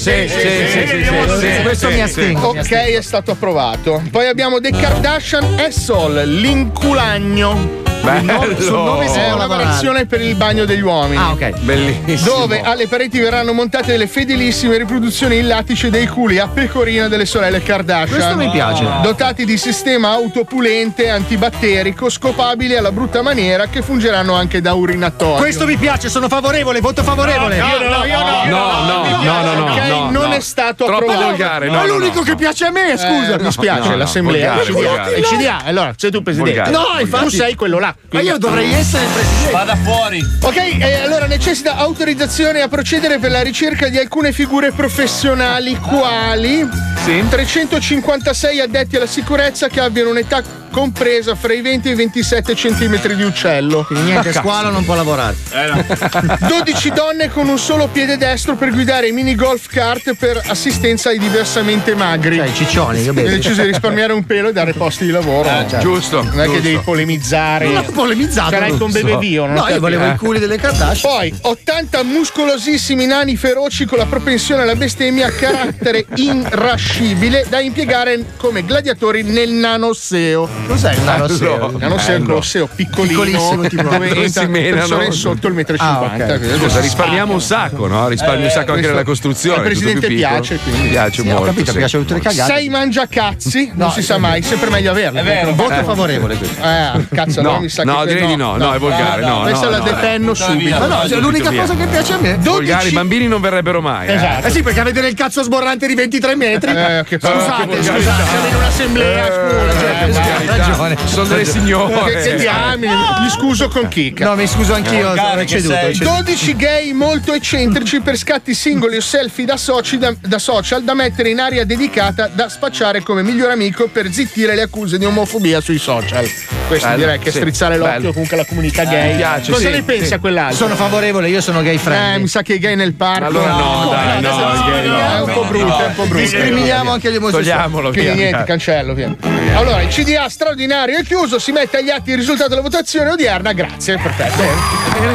Questo mi astengo. Ok, è stato approvato. Poi abbiamo The Kardashian Essol, l'inculagno. Sul nome è una variazione per il bagno degli uomini. Ah, ok. Bellissimo. Dove alle pareti verranno montate delle fedelissime riproduzioni in lattice dei culi a pecorina delle sorelle Kardashian. Questo mi piace. Dotati di sistema autopulente antibatterico scopabile alla brutta maniera, che fungeranno anche da urinatorio. Questo mi piace, sono favorevole, voto favorevole. No. Non è stato troppo approvato. volgare. Ma è l'unico che piace a me, scusa. Mi spiace, l'assemblea. volgare. Il CDA, allora sei tu presidente. Volgare. No, infatti. Tu sei quello là. Ma io dovrei essere il presidente. Vada fuori. Ok, allora necessita autorizzazione a procedere per la ricerca di alcune figure professionali quali 356 addetti alla sicurezza che abbiano un'età compresa fra i 20 e i 27 centimetri di uccello. Quindi niente, squalo non può lavorare. 12 donne con un solo piede destro per guidare i mini golf kart per assistenza ai diversamente magri. Cioè, i ciccioni, Ho deciso di risparmiare un pelo e dare posti di lavoro. Giusto. Non è che devi polemizzare. Non ho polemizzato. Sarai con Bebevio. No, io volevo i culi delle Kardashian. Poi 80 muscolosissimi nani feroci con la propensione alla bestemmia a carattere irascibile da impiegare come gladiatori nel nanoseo. Cos'è il nanoseo? Il nanoseo è un colosseo piccolissimo tipo dove dove entra si menano. persone sotto il 1,50 m. ok. Scusa, risparmiamo un sacco, no? Risparmi un sacco anche nella costruzione. Al presidente tutto più piccolo. piace, quindi. Mi piace Ho molto. capito, sì. piace tutte le cagate. 6 mangiacazzi, non si sa mai, sempre meglio averlo. È vero. Voto favorevole questo. Cazzo, No, no, mi sa no, che direi di no, no, è volgare, no, questa no, la no, depenno subito. Ma no, è l'unica via. cosa che piace a me. Volgari, i bambini non verrebbero mai. Esatto. Eh sì, perché avete il cazzo sborrante di 23 metri. Che Scusate, siamo in un'assemblea, scusa. ragione. Sono delle signore. Che diamine, mi scuso con Kika. No, mi scuso anch'io, ho ceduto. 12 gay molto eccentrici per scatti singoli o selfie da social da mettere in area dedicata da spacciare come miglior amico per zittire le accuse di omofobia sui social. Questo Bello, direi che sì, strizzare l'occhio bello. comunque alla comunità gay. Mi piace, Cosa sì, ne pensi sì. a quell'altro? Sono favorevole, io sono gay friendly. Mi sa che i gay nel parco. Allora no, dai, no, gay no. È un po' brutto, è un po' brutto. Discriminiamo anche gli omosessuali. Togliamolo, Quindi via. niente, cancello, via. Allora, il CDA straordinario è chiuso, si mette agli atti il risultato della votazione odierna, grazie, perfetto.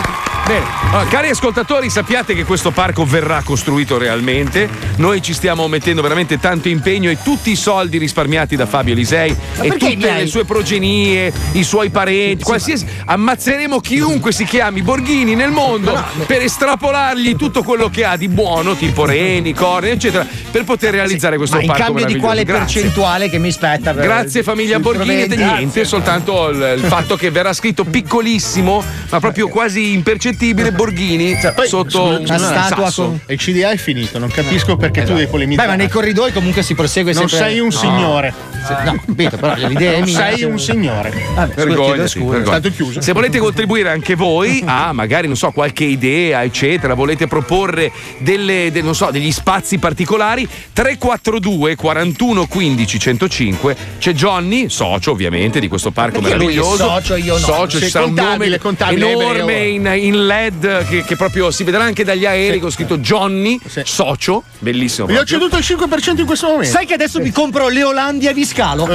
Bene, allora, cari ascoltatori, sappiate che questo parco verrà costruito realmente. Noi ci stiamo mettendo veramente tanto impegno e tutti i soldi risparmiati da Fabio Lisei e tutte le sue progenie, i suoi parenti, qualsiasi. Ammazzeremo chiunque si chiami Borghini nel mondo per estrapolargli tutto quello che ha di buono, tipo reni, corni, eccetera, per poter realizzare questo parco. Ma in cambio di quale Grazie. percentuale che mi spetta? Grazie famiglia Borghini, niente, soltanto il fatto che verrà scritto piccolissimo, ma proprio quasi impercettibile Borghini sotto una statua con... E il CDA è finito, non capisco perché tu devi polemizzare. Beh, ma nei corridoi comunque si prosegue sempre. Non sei un signore. No, capito, però l'idea è non mia. sei un signore. Vergognati. È stato chiuso. Se volete contribuire anche voi a magari, non so, qualche idea, eccetera, volete proporre non so, degli spazi particolari, 342 41 15 105. C'è Johnny, socio ovviamente di questo parco meraviglioso. Socio, io no. Socio, ci sarà un nome enorme in LED che proprio si vedrà anche dagli aerei con scritto Johnny, socio, bellissimo. Vi ho ceduto il 5% in questo momento. Sai che adesso mi compro l'Eolandia vi scalo?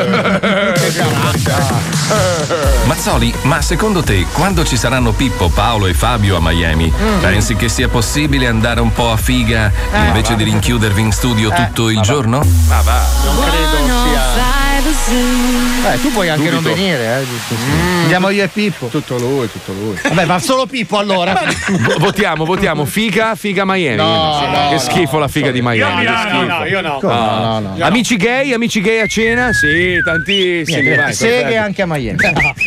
Mazzoli, ma secondo te quando ci saranno Pippo, Paolo e Fabio a Miami, pensi che sia possibile andare un po' a figa invece di rinchiudervi in studio tutto il giorno? Ma va, non credo sia. Tu puoi anche non venire, Andiamo io e Pippo. Tutto lui. Vabbè, ma solo Pippo allora. Votiamo figa Miami. No, che schifo la figa di Miami. Io no. Amici gay a cena? Sì, tantissimi. Vai, seghe anche a Miami.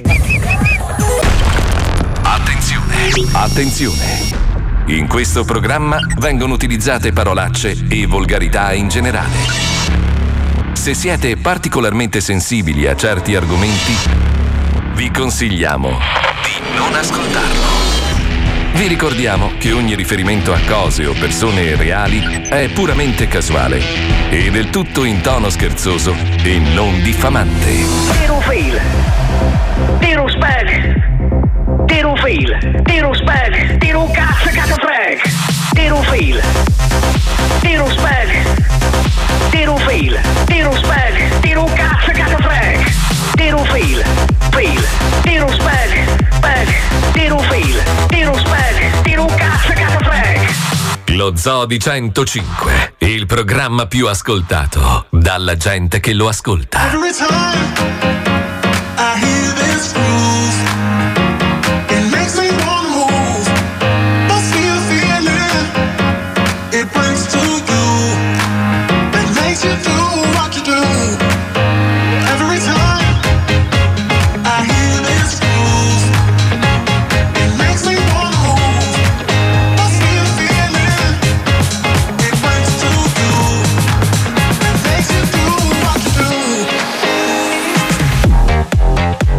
Attenzione. In questo programma vengono utilizzate parolacce e volgarità in generale. Se siete particolarmente sensibili a certi argomenti, vi consigliamo di non ascoltarlo. Vi ricordiamo che ogni riferimento a cose o persone reali è puramente casuale e del tutto in tono scherzoso e non diffamante. Tiro fil. Tiro spag. Tiro fil. Tiro spag. Tiro cazzo freg. Tiro fil. Tiro spag. Tiro fil. Tiro spag. Tiro cazzo freg. Tiro fil. Tiro spag. Tiro fil. Tiro spag. Tiro cazzo freg. Lo Zoo di 105, il programma più ascoltato dalla gente che lo ascolta. Every time I hear this groove, it makes me wanna move. What's the feeling it brings to you? It makes you do what you do. Every time I hear this groove, it makes me wanna move. What's the feeling it brings to you? It makes you do what you do.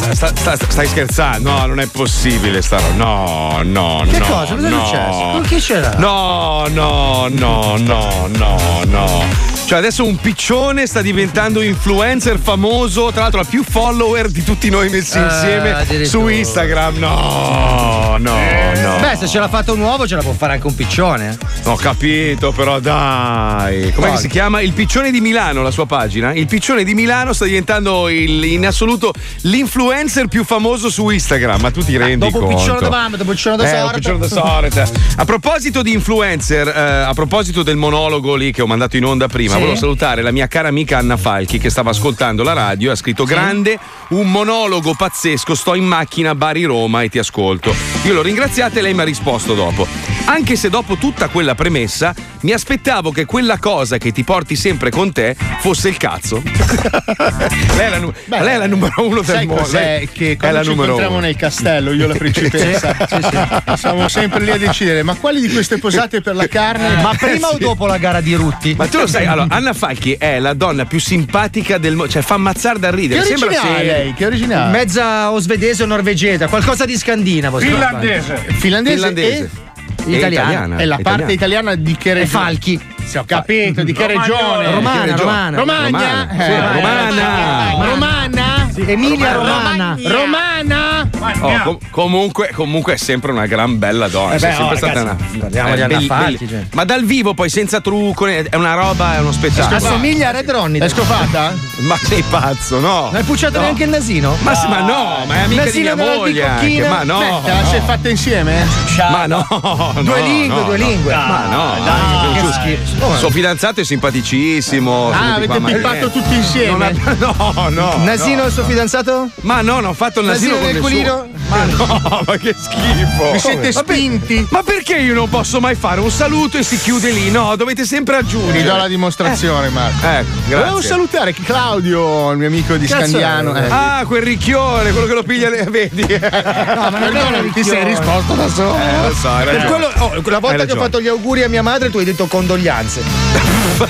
stai scherzando? No, non è possibile sta roba. No. Che cosa? Cosa è successo? Con chi ce l'ha? No. Cioè adesso un piccione sta diventando influencer famoso, tra l'altro ha più follower di tutti noi messi insieme su Instagram. No. Beh, se ce l'ha fatto un uovo ce la può fare anche un piccione. Ho capito, però dai. Come si chiama? Il Piccione di Milano, la sua pagina. Il Piccione di Milano sta diventando in assoluto l'influencer più famoso su Instagram. Ma tu ti rendi dopo conto? Piccione da mamma, dopo Piccione da sorte. Piccione da sorte. A proposito di influencer, a proposito del monologo lì che ho mandato in onda prima, volevo salutare la mia cara amica Anna Falchi che stava ascoltando la radio e ha scritto: grande, un monologo pazzesco, sto in macchina Bari-Roma e ti ascolto. Io l'ho ringraziata e lei mi ha risposto dopo: anche se dopo tutta quella premessa mi aspettavo che quella cosa che ti porti sempre con te fosse il cazzo. lei è la numero uno del mondo. Sai che quando ci incontriamo nel castello, io e la principessa, siamo sempre lì a decidere: ma quali di queste posate per la carne? Ma prima o dopo la gara di Rutti? Ma tu lo sai, allora, Anna Falchi è la donna più simpatica del mondo, cioè fa ammazzare da ridere. Che originale lei? Che originale? Mezza o svedese o norvegese, qualcosa di scandinavo. Finlandese e italiana. È la parte italiana di che regione? Falchi. Sì, ho capito, di che regione? Romana. Emilia Romana. Comunque è sempre una gran bella donna. È sempre stata una. Parliamo di Anna Falchi. Ma dal vivo poi senza trucco, è una roba, è uno spettacolo. Assomiglia a Red Ronnie. È scofata? Ma sei pazzo, no? Non hai pucciato neanche il nasino? Ma no, ma è amica di mia moglie anche. Ma no. Te la sei fatta insieme? Ma no. Due lingue. Ma no, dai, che schifo. Suo fidanzato è simpaticissimo. Avete pippato tutti insieme? No. Nasino il suo fidanzato? Ma no, non ho fatto il nasino con nel culino? Ma no, ma che schifo. Vi siete spinti? Ma perché io non posso mai fare un saluto e si chiude lì? No, dovete sempre aggiungere. Vi do la dimostrazione, Marco. Grazie. Volevo salutare Claudio, il mio amico di Scandiano. Quel ricchione, quello che lo piglia, vedi? No, ma non ti sei risposto da solo. Lo so, hai per quello, la volta che ho fatto gli auguri a mia madre, tu hai detto condoglianze. Ho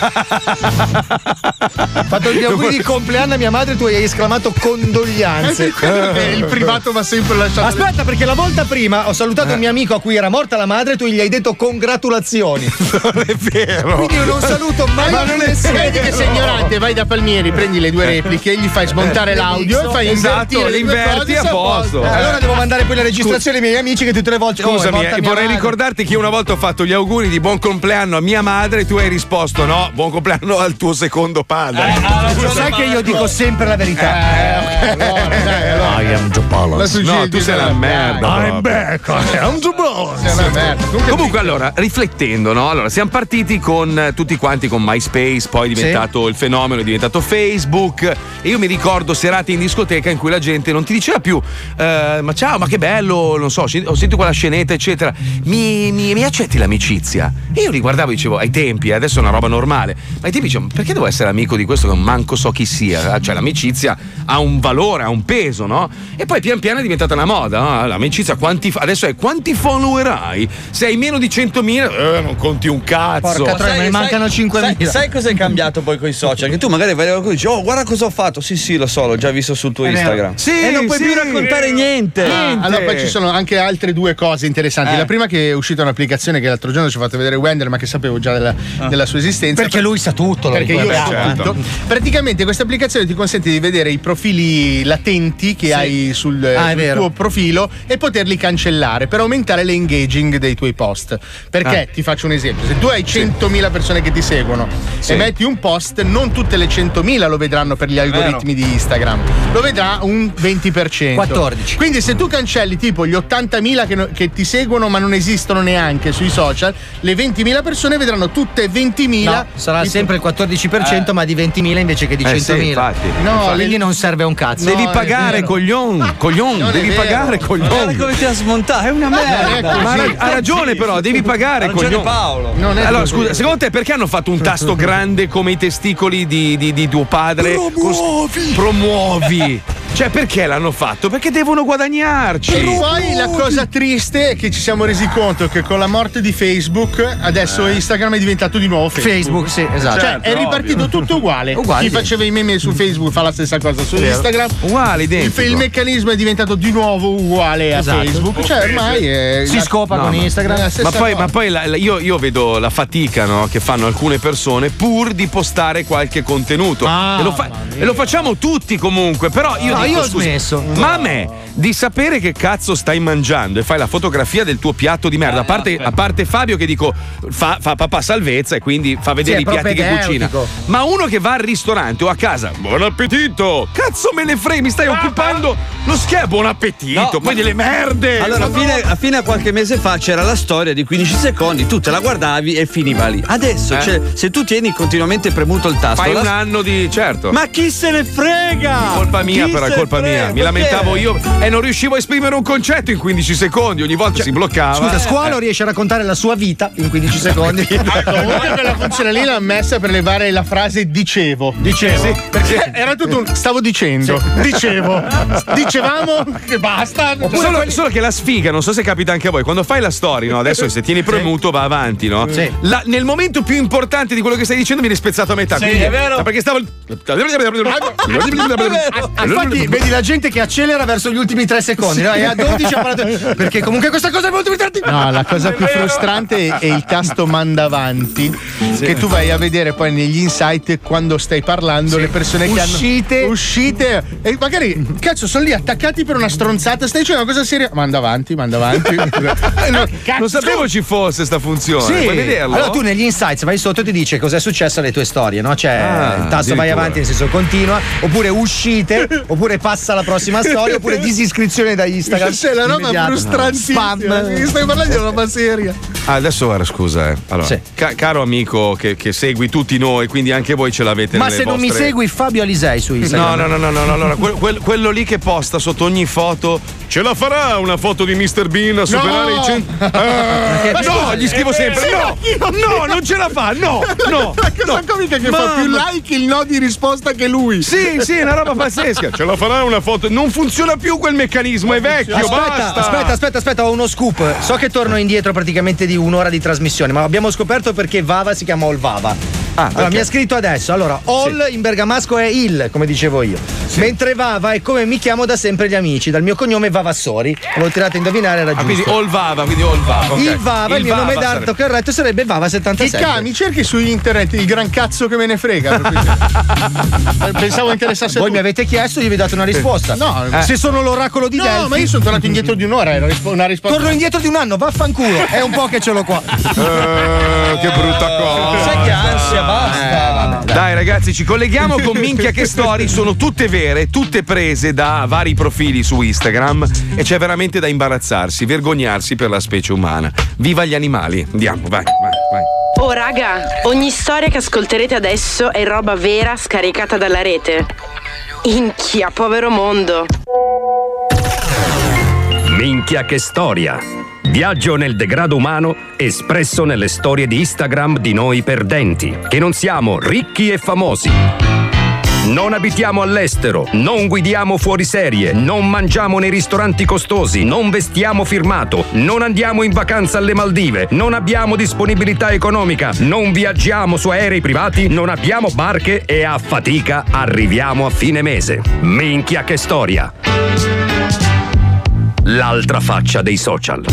fatto gli auguri di compleanno a mia madre, tu hai esclamato condoglianze. Il privato va sempre lasciato. Aspetta, perché la volta prima ho salutato un mio amico a cui era morta la madre, tu gli hai detto congratulazioni. Non è vero. Quindi io non saluto mai. Ma non è vedi che sei ignorante, vai da Palmieri, prendi le due repliche, gli fai smontare l'audio e fai inverti a posto. Allora devo mandare poi la registrazione ai miei amici che tutte le volte. Scusami, vorrei ricordarti che io una volta ho fatto gli auguri di buon compleanno a mia madre e tu hai risposto no, buon compleanno al tuo secondo padre. Sai che io dico sempre la verità. Allora. I am Joe Palace. No, tu sei la merda. I'm back. I am Joe Palace. Comunque, allora, riflettendo, no? Allora, siamo partiti con tutti quanti con MySpace, poi è diventato il fenomeno, è diventato Facebook. E io mi ricordo serate in discoteca in cui la gente non ti diceva più ma ciao, ma che bello, non so, ho sentito quella scenetta, eccetera. Mi accetti l'amicizia? E io li guardavo e dicevo, ai tempi, adesso è una roba normale. Ma ai tempi dicevo, perché devo essere amico di questo che manco so chi sia? Cioè, l'amicizia ha un valore, ha un peso, no? E poi pian piano è diventata una moda, no? L'amicizia, adesso è quanti follower hai? Se hai meno di 100.000, non conti un cazzo. Porca troia, ne mancano 5.000. Sai cosa è cambiato poi con i social? Che tu magari vai qualcuno e dici, oh, guarda cosa ho fatto. Sì, lo so, l'ho già visto sul tuo Instagram. Sì, e non puoi più raccontare niente. Allora, poi ci sono anche altre due cose interessanti. La prima, che è uscita un'applicazione che l'altro giorno ci ho fatto vedere Wender, ma che sapevo già della sua esistenza. Perché lui sa tutto. Perché io so tutto. Praticamente questa applicazione ti consente di vedere i profili latenti che hai sul tuo profilo e poterli cancellare per aumentare l'engaging dei tuoi post. Perché ti faccio un esempio: se tu hai 100.000 persone che ti seguono e metti un post, non tutte le 100.000 lo vedranno per gli algoritmi di Instagram, lo vedrà un 20%. 14. Quindi se tu cancelli tipo gli 80.000 che ti seguono ma non esistono neanche sui social, le 20.000 persone vedranno tutte 20.000. No, sarà sempre il 14%, ma di 20.000 invece che di 100.000. Sì, infatti. No, quindi non serve un cazzo. Devi pagare, coglion. Devi pagare, coglion. Guarda come ti ha smontato, è una merda. Ma ha ragione, però, devi pagare, coglion. Paolo. Allora, scusa, secondo te perché hanno fatto un tasto grande come i testicoli di tuo padre? Promuovi! Cioè, perché l'hanno fatto? Perché devono guadagnarci. E poi la cosa triste è che ci siamo resi conto che con la morte di Facebook adesso Instagram è diventato di nuovo Facebook. Sì, esatto. Cioè è ripartito tutto uguale. Chi faceva i meme su Facebook fa la stessa cosa su Instagram. Uguale, identico. Il meccanismo è diventato di nuovo uguale a Facebook. Cioè ormai si scopa con Instagram. Ma poi io vedo la fatica, no, che fanno alcune persone pur di postare qualche contenuto. E lo facciamo tutti comunque. Però io ho smesso. Ma a me di sapere che cazzo stai mangiando e fai la fotografia del tuo piatto di merda, a parte Fabio che dico fa papà salvezza e quindi fa vedere i piatti che cucina, ma uno che va al ristorante o a casa, buon appetito, cazzo me ne frega, mi stai occupando lo schermo, buon appetito, poi delle merde. Allora fino a qualche mese fa c'era la storia di 15 secondi, tu te la guardavi e finiva lì. Adesso se tu tieni continuamente premuto il tasto fai un anno di certo, ma chi se ne frega, colpa mia, però è colpa mia, mi lamentavo io e non riuscivo a esprimere un concetto in 15 secondi, ogni volta si bloccava. Scusa, Squalo riesce a raccontare la sua vita in 15 secondi. Comunque quella funzione lì l'ha messa per levare la frase dicevo. Sì, perché era tutto un stavo dicendo. Dicevamo che basta. Solo che la sfiga, non so se capita anche a voi, quando fai la story, no? Adesso se tieni premuto va avanti, no? Sì. Nel momento più importante di quello che stai dicendo viene spezzato a metà. Sì, quindi, è vero. Perché stavo. Infatti vedi la gente che accelera verso gli ultimi 3 secondi, no? E a 12 ha parlato. Perché comunque questa cosa è molto importante. No, la cosa più frustrante è il tasto manda avanti, che tu vai a vedere poi negli insight quando stai parlando le persone che hanno uscite e magari cazzo sono lì attaccati per una stronzata, stai dicendo una cosa seria, manda avanti. Non sapevo ci fosse sta funzione. Puoi vederlo? Allora tu negli insights vai sotto e ti dice cos'è successo alle tue storie, no? C'è il tasto vai avanti nel senso continua, oppure uscite, oppure passa alla prossima storia, oppure disiscrizione da Instagram. C'è la roba frustrantissima. Stai parlando di una roba seria. Adesso guarda, scusa, allora, caro amico che segui tutti noi, quindi anche voi ce l'avete. Ma se non mi segui Fabio Alisei su Instagram. No, allora quello lì che posta sotto ogni foto, ce la farà una foto di Mr. Bean a superare i 100. No, gli scrivo sempre no, non ce la fa, no. La cosa comica che fa più like il no di risposta che lui. Sì, è una roba pazzesca. Ce la farà una foto. Non funziona più quel meccanismo, è vecchio, basta. Aspetta, ho uno scoop. So che torno indietro praticamente di un'ora di trasmissione, ma abbiamo scoperto perché Vava si chiama Olvava. Allora, mi ha scritto adesso. Allora, in bergamasco è il, come dicevo io. Mentre Vava è come mi chiamo da sempre gli amici. Dal mio cognome Vavassori. L'ho tirato a indovinare, era giusto. Quindi Olvava. Okay. Il Vava, il mio nome d'arte corretto sarebbe Vava77. Mi cerchi su internet il gran cazzo che me ne frega. Pensavo interessasse a voi. Mi avete chiesto, gli vi ho dato una risposta. No, se sono l'oracolo di Delfi. No, ma io sono tornato indietro di un'ora. Era una risposta. Torno indietro di un anno, vaffanculo. È un po' che ce l'ho qua. Che brutta cosa. Sai che ansia, basta. Dai ragazzi, ci colleghiamo con Minchia che storie, sono tutte vere, tutte prese da vari profili su Instagram e c'è veramente da imbarazzarsi, vergognarsi per la specie umana. Viva gli animali. Andiamo, vai. Oh raga, ogni storia che ascolterete adesso è roba vera scaricata dalla rete. Inchia, povero mondo. Minchia che storia. Viaggio nel degrado umano espresso nelle storie di Instagram di noi perdenti, che non siamo ricchi e famosi. Non abitiamo all'estero, non guidiamo fuori serie, non mangiamo nei ristoranti costosi, non vestiamo firmato, non andiamo in vacanza alle Maldive, non abbiamo disponibilità economica, non viaggiamo su aerei privati, non abbiamo barche e a fatica arriviamo a fine mese. Minchia che storia! L'altra faccia dei social.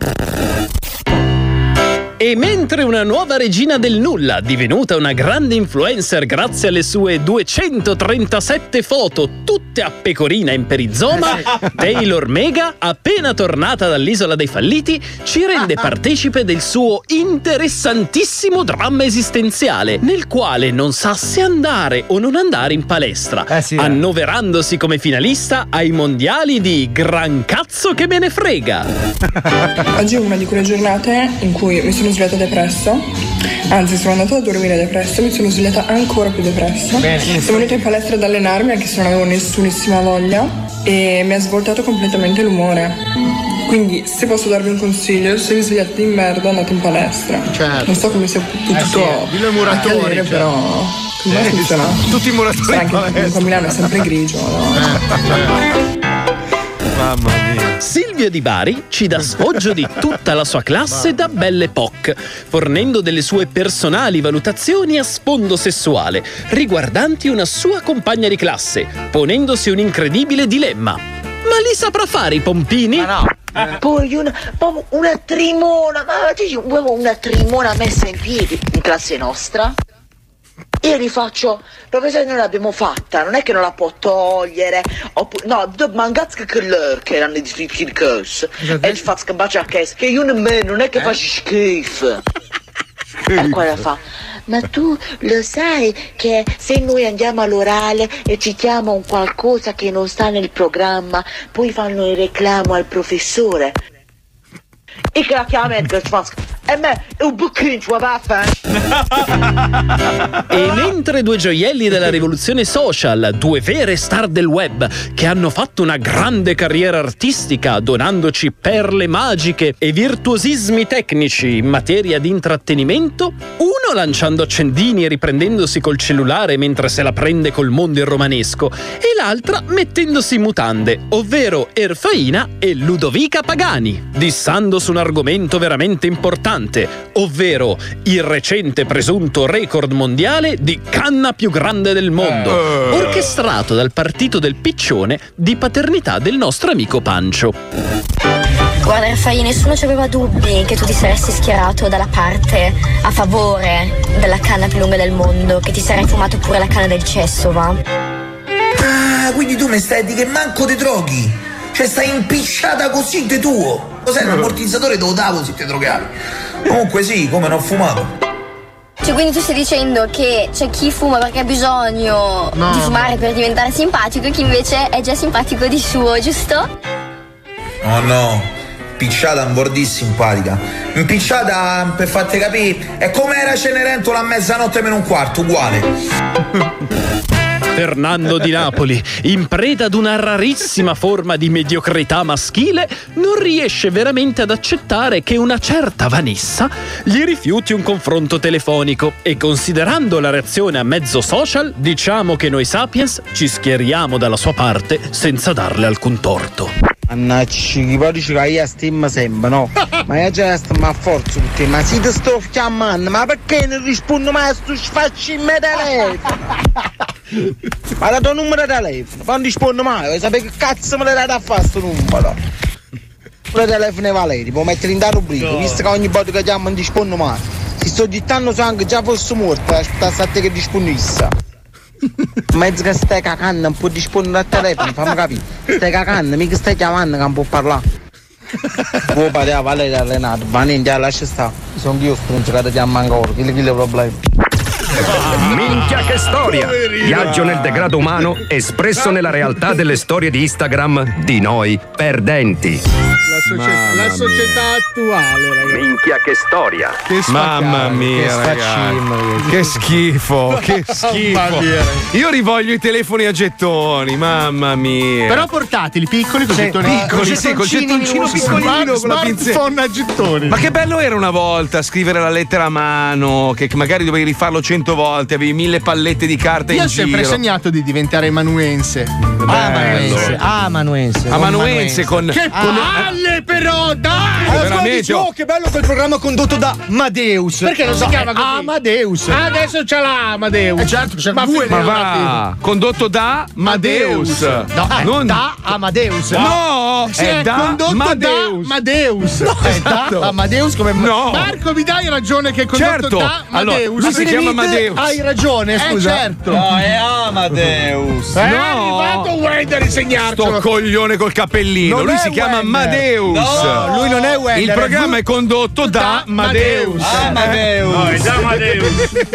E mentre una nuova regina del nulla, divenuta una grande influencer grazie alle sue 237 foto, tutte a pecorina in perizoma, Taylor Mega, appena tornata dall'isola dei falliti, ci rende partecipe del suo interessantissimo dramma esistenziale, nel quale non sa se andare o non andare in palestra, annoverandosi come finalista ai mondiali di Gran Cazzo che me ne frega. Oggi è una di quelle giornate in cui mi sono svegliata depresso, anzi sono andata a dormire depresso, mi sono svegliata ancora più depresso. Sono venuta in palestra ad allenarmi anche se non avevo nessunissima voglia e mi ha svoltato completamente l'umore. Quindi se posso darvi un consiglio, se vi svegliate di merda andate in palestra. Non so come sia potuto accadere, però Come funziona? Tutti i muratori Sai in che palestra. comunque a Milano è sempre grigio, no? Mamma mia. Silvio Di Bari ci dà sfoggio di tutta la sua classe da Belle Époque, fornendo delle sue personali valutazioni a sfondo sessuale riguardanti una sua compagna di classe, ponendosi un incredibile dilemma. Ma li saprà fare i pompini? Ma no. Poi una trimona, ma dici una trimona messa in piedi in classe nostra? Io gli faccio, professore, noi l'abbiamo fatta, non è che non la può togliere, no, mangazza che loro che erano di il curso e ci fa scambaccia a che io non è che faccio schifo. E quella fa, ma tu lo sai che se noi andiamo all'orale e citiamo un qualcosa che non sta nel programma, poi fanno il reclamo al professore? E che la chiama Edgar Schwarz. E me è un bocchino, va a E mentre due gioielli della rivoluzione social, due vere star del web che hanno fatto una grande carriera artistica donandoci perle magiche e virtuosismi tecnici in materia di intrattenimento, uno lanciando accendini e riprendendosi col cellulare mentre se la prende col mondo il romanesco e l'altra mettendosi mutande, ovvero Erfaina e Ludovica Pagani, dissando su un argomento veramente importante, ovvero il recente presunto record mondiale di canna più grande del mondo, orchestrato dal partito del piccione di paternità del nostro amico Pancio. Guarda Raffaele, nessuno ci aveva dubbi che tu ti saresti schierato dalla parte a favore della canna più lunga del mondo, che ti sarei fumato pure la canna del cesso, va? Ah, quindi tu mi stai di che manco ti droghi? Cioè stai impicciata così di tuo? Cos'è un ammortizzatore te lo davo se ti drogavi? Comunque sì, come non ho fumato. Cioè quindi tu stai dicendo che c'è chi fuma perché ha bisogno di fumare per diventare simpatico e chi invece è già simpatico di suo, giusto? Oh no, impicciata un bordi simpatica. Impicciata, per farti capire, è come era Cenerentola a mezzanotte meno un quarto, uguale. Fernando di Napoli, in preda ad una rarissima forma di mediocrità maschile, non riesce veramente ad accettare che una certa Vanessa gli rifiuti un confronto telefonico e, considerando la reazione a mezzo social, diciamo che noi Sapiens ci schieriamo dalla sua parte senza darle alcun torto. Annacci, chi poi dice che io stimma sempre, no? Ma io già stimma a forza perché, ma si ti sto chiamando, ma perché non rispondo mai a sto sfacci in me telefono? Ma da tuo numero di telefono, non rispondo mai, vuoi sapere che cazzo me l'hai dato a fare sto numero? Il telefono è Valeri, può mettere in da rubrica, visto che ogni volta che chiamo non rispondo mai. Ti sto gittando sangue, già fosse morto, aspettassi a te che rispondesse. Mezzo che stai cagando, non può rispondere al telefono, fammi capire. Stai cagando, mica stai chiamando che non può parlare. Vuoi parlare a Valeria Renato, va niente, lascia stare. Sono io stronzo che ti chiamo ancora, chi è il problema? Minchia che storia! Viaggio nel degrado umano espresso nella realtà delle storie di Instagram di noi perdenti. La società attuale, ragazzi. Minchia che storia! Mamma mia, ragazzi. Che schifo, che schifo. Io rivoglio i telefoni a gettoni, mamma mia. Però portatili, piccoli, con gettoni. Piccoli, sì, col gettoncino piccolino con la pinzetta. A gettoni. Ma che bello era una volta scrivere la lettera a mano, che magari dovevi rifarlo 100 volte, avevi 1000 pallette di carta in giro. Io ho sempre sognato di diventare amanuense. Amanuense con che palle però, dai! Veramente. Oh, che bello quel programma condotto da Amadeus. Perché non si chiama così? Amadeus. Adesso c'è la Amadeus. Certo, c'è ma due. Ma va, condotto da Amadeus. No, non da Amadeus. No, sì, è da condotto Amadeus. da Amadeus. No, è da Amadeus come no. Marco, mi dai ragione che è condotto certo. da Amadeus. Allora, lui si chiama Amadeus. Hai ragione, scusa. Certo. No, è Amadeus. È arrivato Wender a insegnarcelo. Sto coglione col cappellino. Non lui è si chiama Wender. Amadeus. No, lui non è Wender. Il programma è condotto da Amadeus. Amadeus. No, è da Amadeus.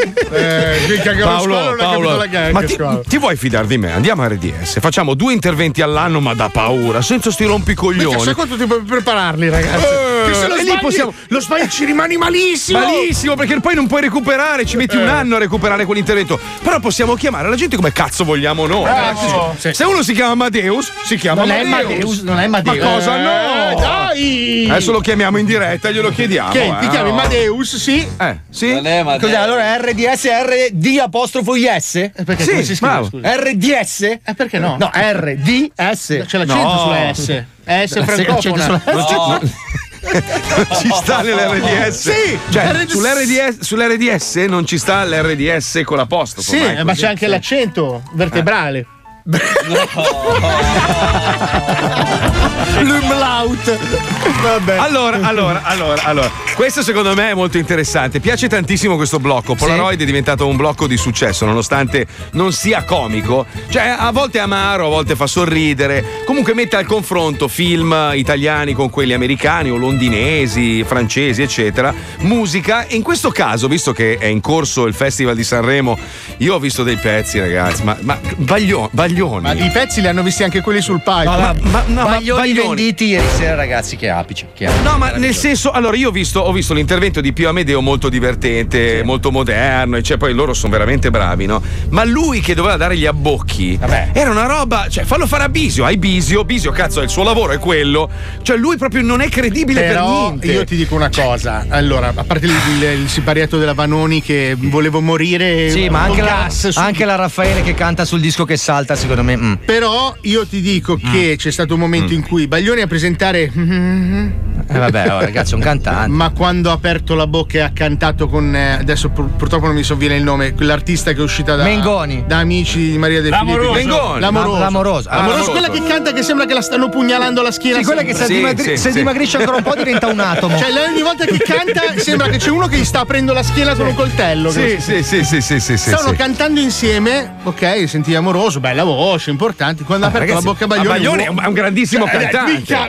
Paolo, ma ti vuoi fidare di me? Andiamo a RDS, facciamo 2 interventi all'anno, ma da paura, senza sti rompicoglioni. Sai quanto tempo per prepararli, ragazzi? Che se lo sbagli, lo sbagli ci rimani malissimo. Malissimo, perché poi non puoi recuperare, ci metti un anno a recuperare quell'intervento. Però possiamo chiamare la gente come cazzo vogliamo noi. Sì. Se uno si chiama Amadeus, si chiama Amadeus. Non è Amadeus. Ma cosa? No! Dai! Poi adesso lo chiamiamo in diretta, glielo chiediamo. Che ti chiami Madeus, sì? Sì. Cos'è allora RDS RD apostrofo IS? Perché sì, come si scrive? Scusa? RDS? Perché no? No, RDS. C'è l'accento sulla S. S francofona. Ci sta nell'RDS? Sì, cioè sull'RDS non ci sta l'RDS con l'apostrofo. Sì, ma c'è anche l'accento vertebrale. L'umlaut. Vabbè. Allora, questo secondo me è molto interessante. Piace tantissimo questo blocco. Polaroid è diventato un blocco di successo, nonostante non sia comico. Cioè, a volte è amaro, a volte fa sorridere. Comunque mette al confronto film italiani con quelli americani o londinesi, francesi, eccetera. Musica. E in questo caso, visto che è in corso il Festival di Sanremo, io ho visto dei pezzi, ragazzi. Ma Baglioni. Ma i pezzi li hanno visti anche quelli sul palco. Baglioni venditi ieri sera, ragazzi, che apice. No, ma nel senso, allora io ho visto l'intervento di Pio Amedeo molto divertente, molto moderno, e cioè poi loro sono veramente bravi, no? Ma lui che doveva dare gli abbocchi era una roba, cioè fallo fare a Bisio, Bisio cazzo, il suo lavoro è quello, cioè lui proprio non è credibile per niente. Io ti dico una cosa, allora, a parte il siparietto della Vanoni che volevo morire, sì, ma anche la Raffaele che canta sul disco che salta, secondo me. Però io ti dico che c'è stato un momento in cui Baglioni a presentare vabbè, ragazzi, è un cantante. Ma quando ha aperto la bocca e ha cantato con adesso purtroppo non mi sovviene il nome, quell'artista che è uscita da Mengoni, da Amici di Maria De Filippi. Mengoni. L'amoroso, quella che canta che sembra che la stanno pugnalando la schiena. Sì, quella che se dimagrisce ancora un po' diventa un atomo. Cioè ogni volta che canta sembra che c'è uno che gli sta aprendo la schiena con un coltello. Sì. Stavano cantando insieme, ok, senti amoroso, bella voce, importante. Quando ha aperto la bocca Baglioni è un grandissimo cantante.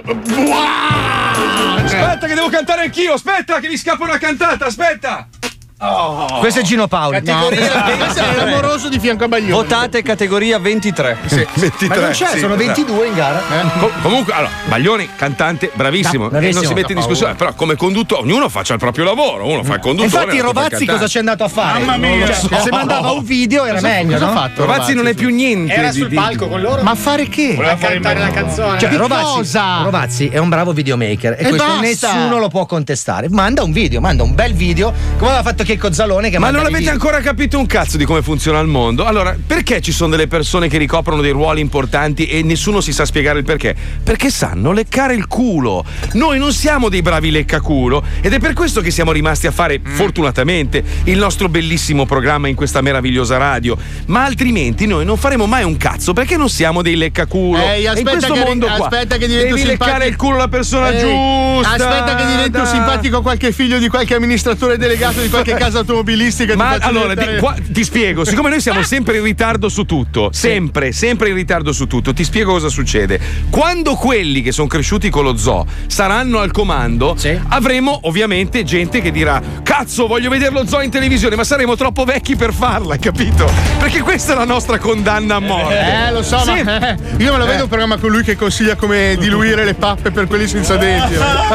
Aspetta che devo cantare anch'io, aspetta che mi scappa una cantata, aspetta. Questo è Gino Paoli. Questo è l'amoroso di fianco a Baglioni. Votate categoria 23. Sì, 23. Ma non c'è, sono 22 in gara. Comunque, allora, Baglioni, cantante, bravissimo. Non si mette in discussione, però come conduttore, ognuno faccia il proprio lavoro. Uno fa il conduttore. Infatti, Rovazzi cosa c'è andato a fare? Mamma mia, se mandava un video era meglio. Cosa ha fatto? Rovazzi non è più niente. Era sul palco con loro. Ma fare che? Voleva cantare la canzone. Cioè, Rovazzi è un bravo videomaker e questo basta. nessuno lo può contestare. Manda un bel video, come aveva fatto Checco Zalone che ma non avete ancora capito un cazzo di come funziona il mondo? Allora, perché ci sono delle persone che ricoprono dei ruoli importanti e nessuno si sa spiegare il perché? Perché sanno leccare il culo. Noi non siamo dei bravi leccaculo ed è per questo che siamo rimasti a fare, fortunatamente, il nostro bellissimo programma in questa meravigliosa radio. Ma altrimenti noi non faremo mai un cazzo perché non siamo dei leccaculo. Aspetta, in questo mondo qua aspetta che divento devi leccare il culo alla persona giusta. Aspetta che divento simpatico qualche figlio di qualche amministratore delegato di qualche casa automobilistica. Ma allora ti spiego, siccome noi siamo sempre in ritardo su tutto, sempre in ritardo su tutto, ti spiego cosa succede. Quando quelli che sono cresciuti con lo zoo saranno al comando, avremo ovviamente gente che dirà: cazzo, voglio vedere lo zoo in televisione, ma saremo troppo vecchi per farla, capito? Perché questa è la nostra condanna a morte. Lo so, ma io me lo vedo un programma con lui che consiglia come diluire le pappe per quelli senza denti.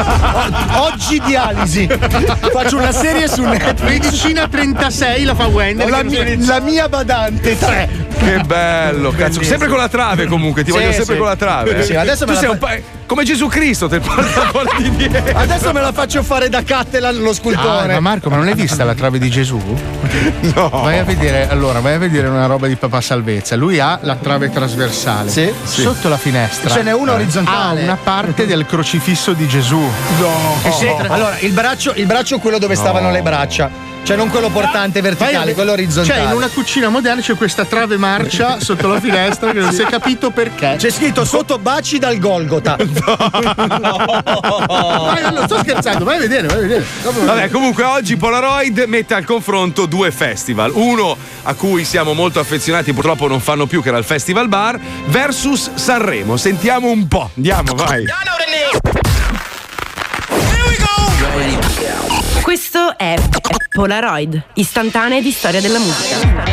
Oggi dialisi. Faccio una serie su Netflix. Medicina 36 la fa Wender. La mia badante 3. Che bello, cazzo. Sempre con la trave comunque, ti voglio sempre con la trave. Sì, adesso tu sei come Gesù Cristo, te porta fuori di dietro. Adesso me la faccio fare da Cattelan lo scultore. Ma Marco, ma non hai vista la trave di Gesù? No. Vai a vedere una roba di Papà Salvezza. Lui ha la trave trasversale. Sì. Sotto la finestra. Ce n'è una orizzontale. Ha una parte del crocifisso di Gesù. No. Allora, il braccio è quello dove stavano le braccia. Cioè non quello portante verticale, quello orizzontale. Cioè in una cucina moderna c'è questa trave marcia sotto la finestra che non si è capito perché. C'è scritto sotto baci dal Golgota. Non sto scherzando, vai a vedere. Vabbè, comunque oggi Polaroid mette al confronto due festival. Uno a cui siamo molto affezionati, purtroppo non fanno più, che era il Festival Bar, versus Sanremo. Sentiamo un po'. Andiamo, vai. Questo è Polaroid, istantanee di storia della musica.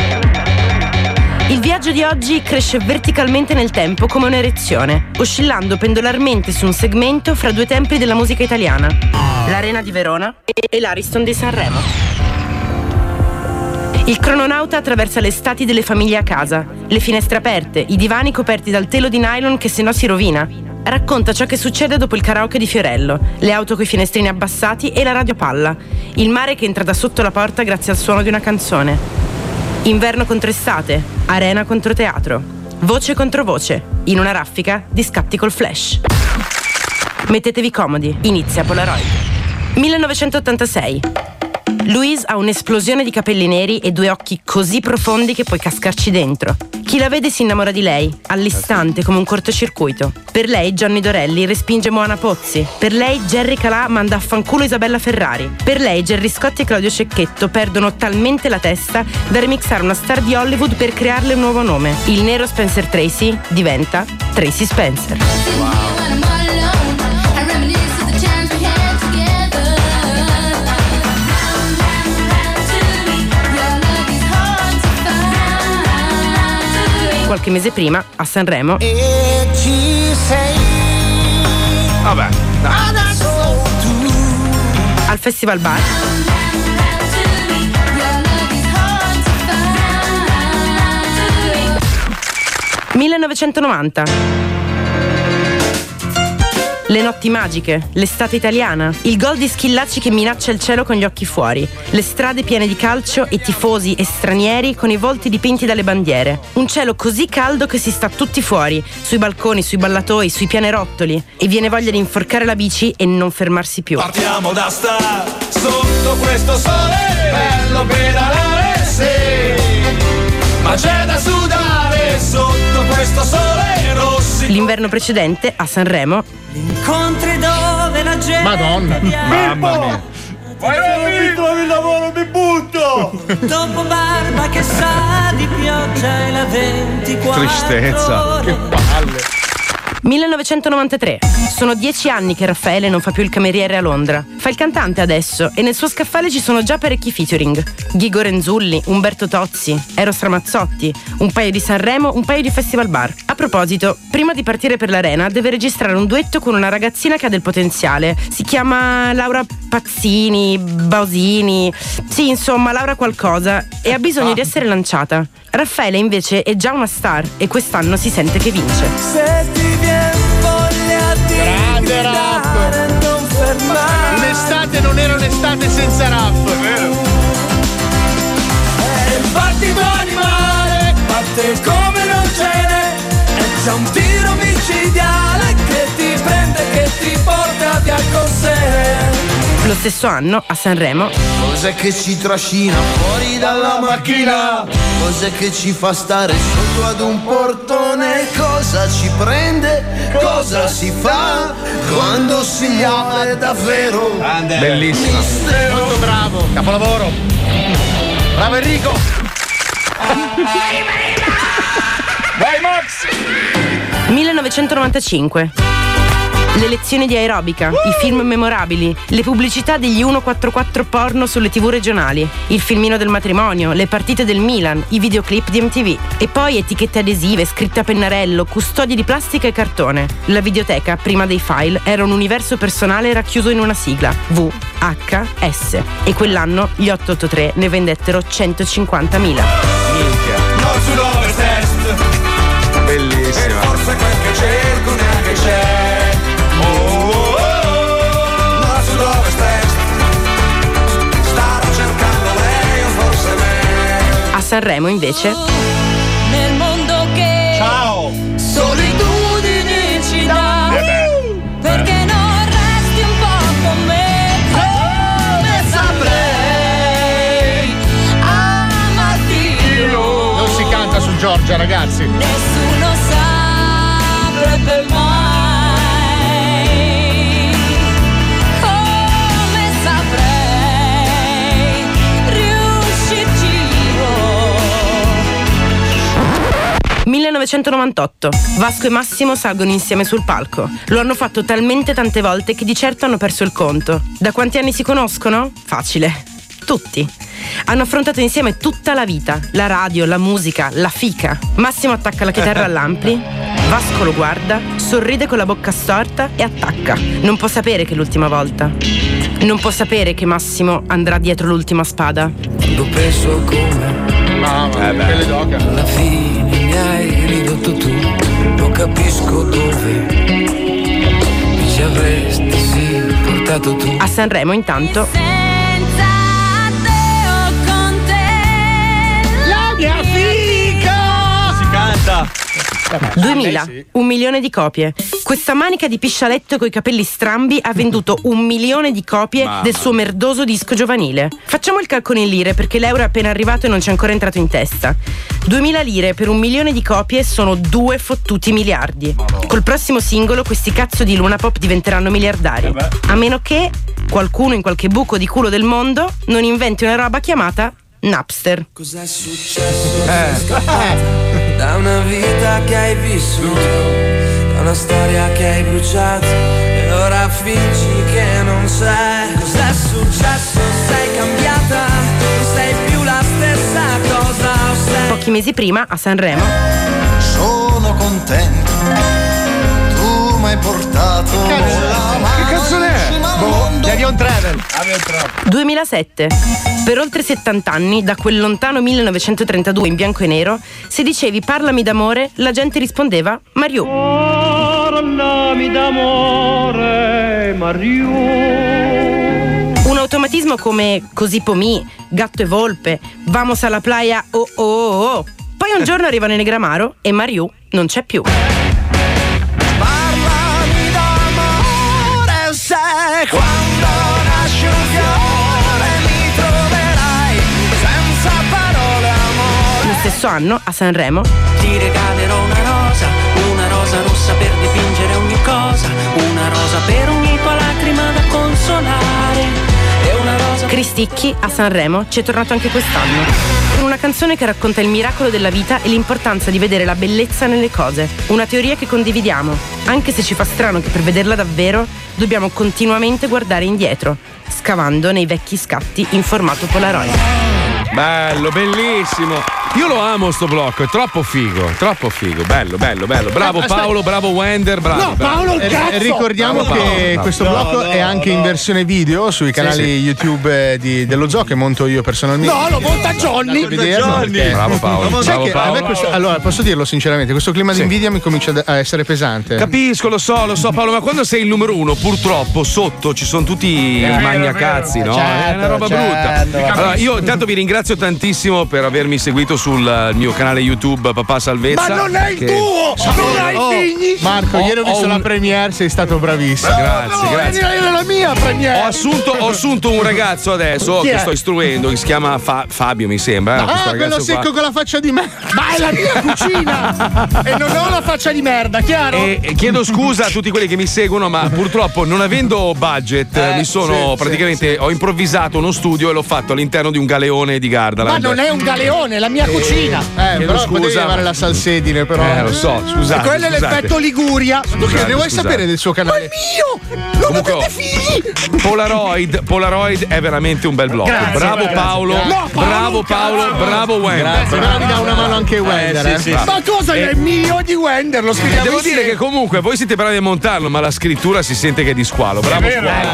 Il viaggio di oggi cresce verticalmente nel tempo come un'erezione, oscillando pendolarmente su un segmento fra due templi della musica italiana, l'Arena di Verona e l'Ariston di Sanremo. Il crononauta attraversa le estati delle famiglie a casa, le finestre aperte, i divani coperti dal telo di nylon che se no si rovina. racconta ciò che succede dopo il karaoke di Fiorello, le auto coi finestrini abbassati e la radio a palla, il mare che entra da sotto la porta grazie al suono di una canzone. Inverno contro estate, arena contro teatro, voce contro voce, in una raffica di scatti col flash. Mettetevi comodi, inizia Polaroid. 1986. Louise ha un'esplosione di capelli neri e due occhi così profondi che puoi cascarci dentro. Chi la vede si innamora di lei, all'istante come un cortocircuito. Per lei Johnny Dorelli respinge Moana Pozzi. Per lei Jerry Calà manda a fanculo Isabella Ferrari. Per lei Gerry Scotti e Claudio Cecchetto perdono talmente la testa da remixare una star di Hollywood per crearle un nuovo nome. Il nero Spencer Tracy diventa Tracy Spencer. Qualche mese prima, a Sanremo, E ci sei. Vabbè, Adesso tu. al Festival Bar, 1990. Le notti magiche, l'estate italiana, il gol di Schillaci che minaccia il cielo con gli occhi fuori, le strade piene di calcio e tifosi e stranieri con i volti dipinti dalle bandiere. Un cielo così caldo che si sta tutti fuori, sui balconi, sui ballatoi, sui pianerottoli, e viene voglia di inforcare la bici e non fermarsi più. Partiamo da sta sotto questo sole, bello pedalare, sì, ma c'è da sudare sotto questo sole rossi. L'inverno precedente, a Sanremo, Incontri dove la gente. Madonna, mamma mia. Vai, trovi il lavoro, mi butto. Dopo barba che sa di pioggia e la 24 Tristezza. ore. Che palle. 1993. Sono 10 anni che Raffaele non fa più il cameriere a Londra. Fa il cantante adesso e nel suo scaffale ci sono già parecchi featuring. Ghigo Renzulli, Umberto Tozzi, Eros Ramazzotti, un paio di Sanremo, un paio di Festival Bar. A proposito, prima di partire per l'arena deve registrare un duetto con una ragazzina che ha del potenziale. Si chiama Laura Pazzini, Bausini, sì, insomma, Laura qualcosa, e ha bisogno di essere lanciata. Raffaele invece è già una star e quest'anno si sente che vince. Se ti vien voglia di Grande gridare, non fermare. Un'estate non era un'estate senza rap. È vero. È il partito animale, batte come non ce n'è. È già un tiro micidiale che ti prende, che ti porta via con sé. Lo stesso anno, a Sanremo, Cos'è che ci trascina fuori dalla macchina? Cos'è che ci fa stare sotto ad un portone? Cosa ci prende? Cosa si fa quando si muore davvero? Bellissima. Molto bravo. Capolavoro. Bravo Enrico. Vai Max! 1995. Le lezioni di aerobica, i film memorabili, le pubblicità degli 144 porno sulle TV regionali, il filmino del matrimonio, le partite del Milan, i videoclip di MTV. E poi etichette adesive, scritte a pennarello, custodie di plastica e cartone. La videoteca, prima dei file, era un universo personale racchiuso in una sigla, VHS. E quell'anno gli 883 ne vendettero 150.000. Nord Sud Ovest Est. Bellissima. E forse quel che cerco neanche c'è. Nord Sud Ovest Est. Starò cercando lei o forse me. A Sanremo invece Nel mondo che ciao solitudine ci dà. Perché non resti un po' con me? Come saprei amarti io. Non si canta su Giorgia, ragazzi. Nessuno saprebbe mai come saprei riuscirci io. 1998. Vasco e Massimo salgono insieme sul palco. Lo hanno fatto talmente tante volte che di certo hanno perso il conto. Da quanti anni si conoscono? Facile. Tutti. Hanno affrontato insieme tutta la vita, la radio, la musica, la fica. Massimo attacca la chitarra all'ampli, Vasco lo guarda, sorride con la bocca storta e attacca. Non può sapere che è l'ultima volta. Non può sapere che Massimo andrà dietro l'ultima spada. Quando penso come Mamma mia, pelle d'oca. alla fine mi hai ridotto tu, non capisco dove inventato tu. A Sanremo intanto La mia fica! Si canta. 2000, 1 milione di copie. Questa manica di piscialetto coi capelli strambi ha venduto 1 milione di copie del suo merdoso disco giovanile. Facciamo il calcolo in lire perché l'euro è appena arrivato e non c'è ancora entrato in testa. 2000 lire per 1 milione di copie sono 2 fottuti miliardi. Col prossimo singolo questi cazzo di Luna Pop diventeranno miliardari. A meno che qualcuno in qualche buco di culo del mondo non inventi una roba chiamata Napster. Cos'è successo? Da una vita che hai vissuto, da una storia che hai bruciato e ora fingi che non sei. Cos'è successo? Sei cambiata, non sei più la stessa cosa. Pochi mesi prima a Sanremo Sono contento, tu mi hai portato Che canzone è? Avion Travel. 2007. Per oltre 70 anni, da quel lontano 1932 in bianco e nero, se dicevi parlami d'amore, la gente rispondeva Mariù. Parlami d'amore, Mariù. Un automatismo come Così pomì, Gatto e volpe, Vamos alla playa, oh oh oh oh. Poi un giorno arrivano in Negramaro e Mariù non c'è più. Parlami d'amore, sai quando nasce un fiore mi troverai senza parole amore. Lo stesso anno, a Sanremo, Ti regalerò una rosa rossa per dipingere ogni cosa, una rosa per ogni tua lacrima da consolare e una rosa. Cristicchi a Sanremo ci è tornato anche quest'anno con una canzone che racconta il miracolo della vita e l'importanza di vedere la bellezza nelle cose. Una teoria che condividiamo, anche se ci fa strano che per vederla davvero dobbiamo continuamente guardare indietro, scavando nei vecchi scatti in formato Polaroid. Bello, bellissimo. Io lo amo sto blocco, è troppo figo, bello. Bravo Paolo, bravo Wender, bravo. No, Paolo il cazzo! Ricordiamo Bravo, che Paolo. questo blocco è anche in versione video sui canali YouTube dello Zoo che monto io personalmente. No, lo monta Johnny! Bravo Paolo, Sai bravo che a me Paolo. allora posso dirlo sinceramente, questo clima di invidia mi comincia a essere pesante. Capisco, lo so Paolo, ma quando sei il numero uno purtroppo sotto ci sono tutti i magnacazzi, no? È una roba brutta. Allora io intanto vi ringrazio tantissimo per avermi seguito sul mio canale YouTube Papà Salvezza. Ma non è il tuo! Non hai figli! Marco, ieri ho visto la premiere, sei stato bravissimo. Grazie. Era la mia premiere! Ho assunto un ragazzo adesso Chi che è? sto istruendo, che si chiama Fabio, mi sembra. questo quello ragazzo secco qua. con la faccia di merda. Ma è la mia cucina! E non ho la faccia di merda, chiaro? E chiedo scusa a tutti quelli che mi seguono, ma purtroppo non avendo budget, mi sono praticamente ho improvvisato uno studio e l'ho fatto all'interno di un galeone di Gardaland. Ma non è un galeone, è la mia cucina! Però potevi scusa. avere la salsedine, però. Lo so, scusate. E quello è scusate. l'effetto Liguria! Ne vuoi sapere del suo canale? Mio! Non Comunque, avete figli! Polaroid è veramente un bel blocco. Grazie, bravo grazie. Paolo, No, bravo Paolo, bravo Wender. Grazie, però mi dà una mano anche Wender. sì. Ma cosa è mio di Wender? Lo spieghiamo Devo insieme. dire che comunque voi siete bravi a montarlo, ma la scrittura si sente che è di squalo. Bravo squalo.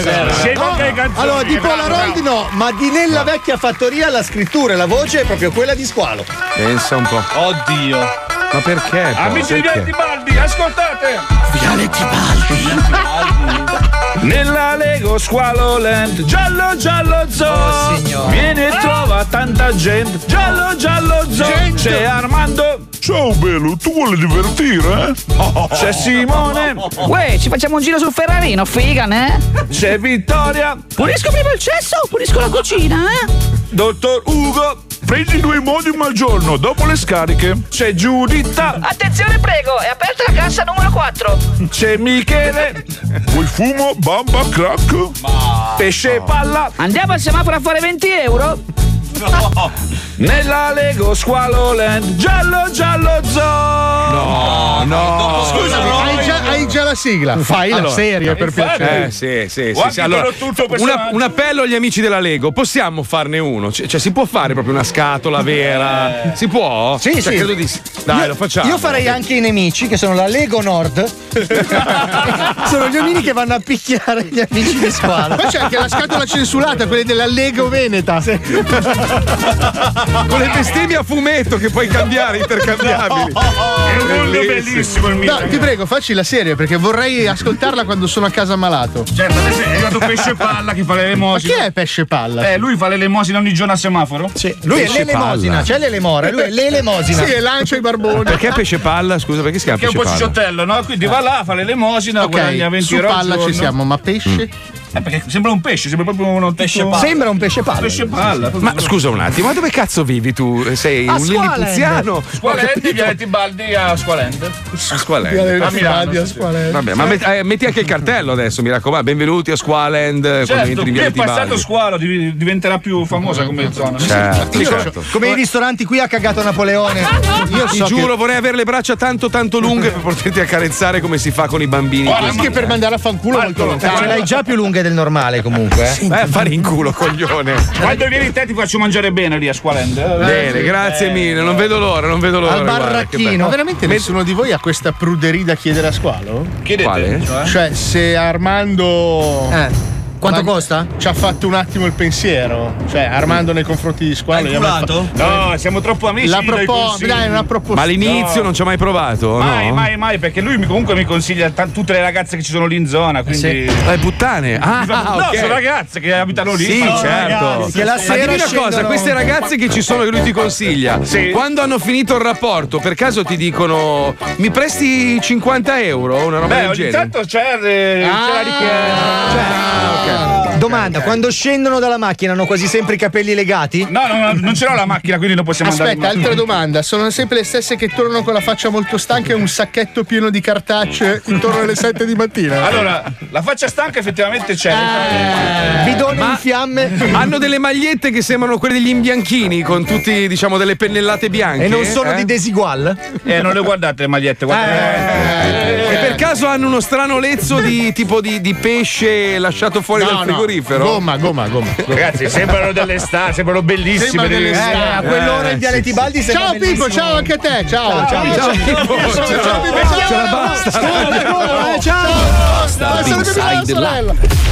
Allora, di Polaroid no, ma di nella vecchia fattoria la scrittura e la voce è proprio quella di Squalo. Pensa un po'. Oddio. Ma perché? Amici di Perché? Vialetti Baldi, ascoltate. Vialetti Baldi. Nella Lego Squalo Land, giallo zoo. Viene e trova tanta gente, giallo zoo. C'è Armando. Ciao bello, tu vuoi divertire? C'è Simone. Uè, ci facciamo un giro sul Ferrarino, figa, ne? C'è Vittoria. Pulisco prima il cesso o pulisco la cucina, eh? Dottor Ugo. Prendi 2 Imodium al giorno, dopo le scariche. C'è Giuditta. Attenzione, prego, è aperta la cassa numero 4. C'è Michele. Vuoi fumo, bamba, crack? Pesce e palla. Andiamo al semaforo a fare 20 euro? Nella Lego Squalo Land, giallo zoo. No. Scusami, hai già la sigla. Fai la serie per piacere. Sì. Guardi, Allora, però tutto personaggio. un appello agli amici della Lego. Possiamo farne uno? Cioè, si può fare proprio una scatola vera? Si può? Sì, Cioè, sì. credo di sì. Dai, lo facciamo. Io farei anche i nemici, che sono la Lego Nord. Sono gli omini che vanno a picchiare gli amici di Squalo. Poi c'è anche la scatola censurata, quelle della Lego Veneta. con le bestemmie a fumetto che puoi cambiare, intercambiabili. È un mondo bellissimo il mio. No, ti prego, facci la serie perché vorrei ascoltarla quando sono a casa ammalato. Certo, adesso è arrivato Pesce Palla che fa l'elemosina. Ma chi è Pesce Palla? Lui fa l'elemosina ogni giorno a semaforo? Sì, lui è l'elemosina, c'è l'elemora, lui è l'elemosina. Sì, e lancia i barboni. Perché Pesce Palla? Scusa, perché si chiama Che è un Pesce po' Palla? cicciottello, no? Quindi va là, fa l'elemosina, guadagna 20 su euro al palla giorno. ci siamo, ma pesce? Perché sembra un pesce, sembra proprio uno pesce palla. Sembra un pesce palla. Pesce palla. Ma scusa un attimo, ma dove cazzo vivi tu? Sei un lillipuziano? Squalende, Viale Tibaldi a Squalende. A Squalende. A Milano. Vabbè, ma metti anche il cartello adesso, mi raccomando. Benvenuti a Squalend. Certo, qui è passato Squalo, diventerà più famosa come zona. Certo. Come i ristoranti qui ha cagato Napoleone. Io ti giuro, vorrei avere le braccia tanto lunghe per poterti accarezzare come si fa con i bambini. Anche per mandare a fanculo molto lontano. Ce l'hai già più lunghe del normale comunque. Vai a fare in culo, coglione. Quando vieni te ti faccio mangiare bene lì a Squalende. Bene, grazie mille, non vedo l'ora. Al barracchino. Ma veramente nessuno di voi ha questa pruderia da chiedere a Squalo? Chiedete. Quale? Cioè, se Armando. Quanto costa? Ci ha fatto un attimo il pensiero. Cioè, Armando nei confronti di Squalo. No, siamo troppo amici. Dai, una proposta. Ma all'inizio non ci ha mai provato? Mai, perché lui comunque mi consiglia tutte le ragazze che ci sono lì in zona. Quindi. Puttane. No, ok. sono ragazze che abitano lì. Sì, certo. Che la Ma sera dimmi una cosa, scendono- queste ragazze che ci sono che lui ti consiglia, quando hanno finito il rapporto, per caso ti dicono mi presti 50 euro? Una roba del Ogni genere? tanto c'è la richiesta. Domanda, quando scendono dalla macchina hanno quasi sempre i capelli legati? No, non ce l'ho la macchina, quindi non possiamo andare. Aspetta, altra domanda. Sono sempre le stesse che tornano con la faccia molto stanca e un sacchetto pieno di cartacce intorno alle 7 di mattina? Allora, la faccia stanca effettivamente c'è. Bidone in fiamme. Hanno delle magliette che sembrano quelle degli imbianchini con tutti, diciamo, delle pennellate bianche. E non sono di Desigual? Non le guardate le magliette, E per caso hanno uno strano lezzo di tipo di pesce lasciato fuori dal frigorifero? Gomma. Ragazzi, sembrano delle star, sembrano bellissime. Sembra delle star. A quell'ora in Viale Tibaldi sembra Ciao Pippo, bellissimo. ciao anche a te. Ciao. Ciao, ce la basta. Ciao.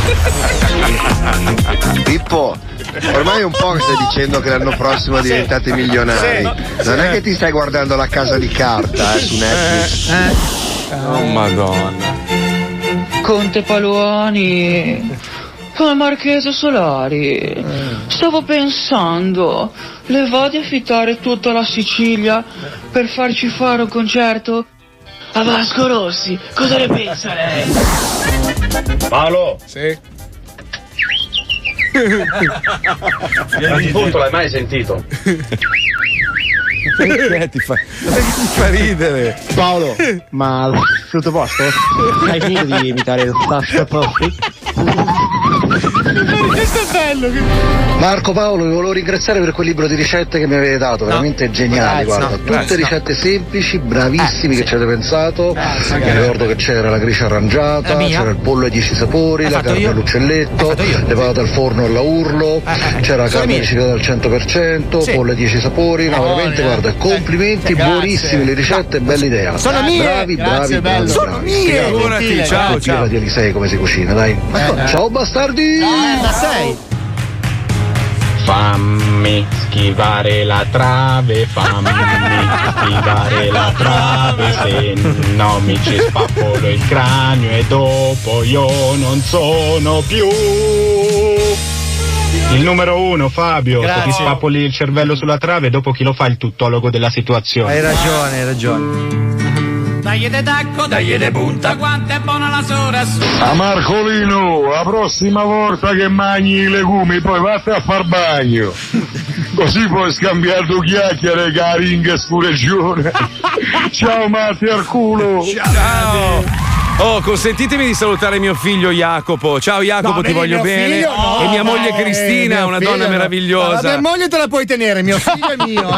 Pippo, ormai un po' che stai dicendo che l'anno prossimo diventate milionari. Non è che ti stai guardando La Casa di Carta su Netflix? Oh madonna. Conte Paluani, come Marchese Solari. Stavo pensando, le va di affittare tutta la Sicilia per farci fare un concerto? A Vasco Rossi, cosa ne pensa lei? Paolo! Sì. Il punto l'hai mai sentito? Ti fa ridere. Paolo, ma tutto posto? Hai finito di imitare il Sasha Profi? Questo è bello. Marco Paolo, vi volevo ringraziare per quel libro di ricette che mi avete dato, veramente geniali, guarda, tutte ricette semplici, bravissimi che ci avete pensato. Mi ricordo che c'era la gricia arrangiata, c'era il pollo ai 10 sapori, la carne all'uccelletto, le patate al forno alla urlo, c'era la carne riciclata al 100%, pollo ai 10 sapori, no, veramente guarda, complimenti, buonissime le ricette, bella idea. Sono mie! Bravi. Sono mie! Figurati, ciao. Di Elisei come si cucina, dai. Ciao bastardi! Ma sei? Fammi schivare la trave, fammi schivare la trave, se no mi ci spappolo il cranio e dopo io non sono più. Il numero 1, Fabio, se ti spappoli il cervello sulla trave, dopo chi lo fa il tuttologo della situazione. Hai ragione. Dai de tacco, dai de punta, quanto è buona la sora su. A Marcolino, la prossima volta che mangi i legumi poi vatti a far bagno. Così puoi scambiare due chiacchiere che la ringa e sfureggione. Ciao Matti al culo. Ciao. Oh, consentitemi di salutare mio figlio Jacopo. Ciao Jacopo, ti voglio bene. E mia moglie Cristina, una donna meravigliosa. La mia moglie te la puoi tenere, mio figlio è mio,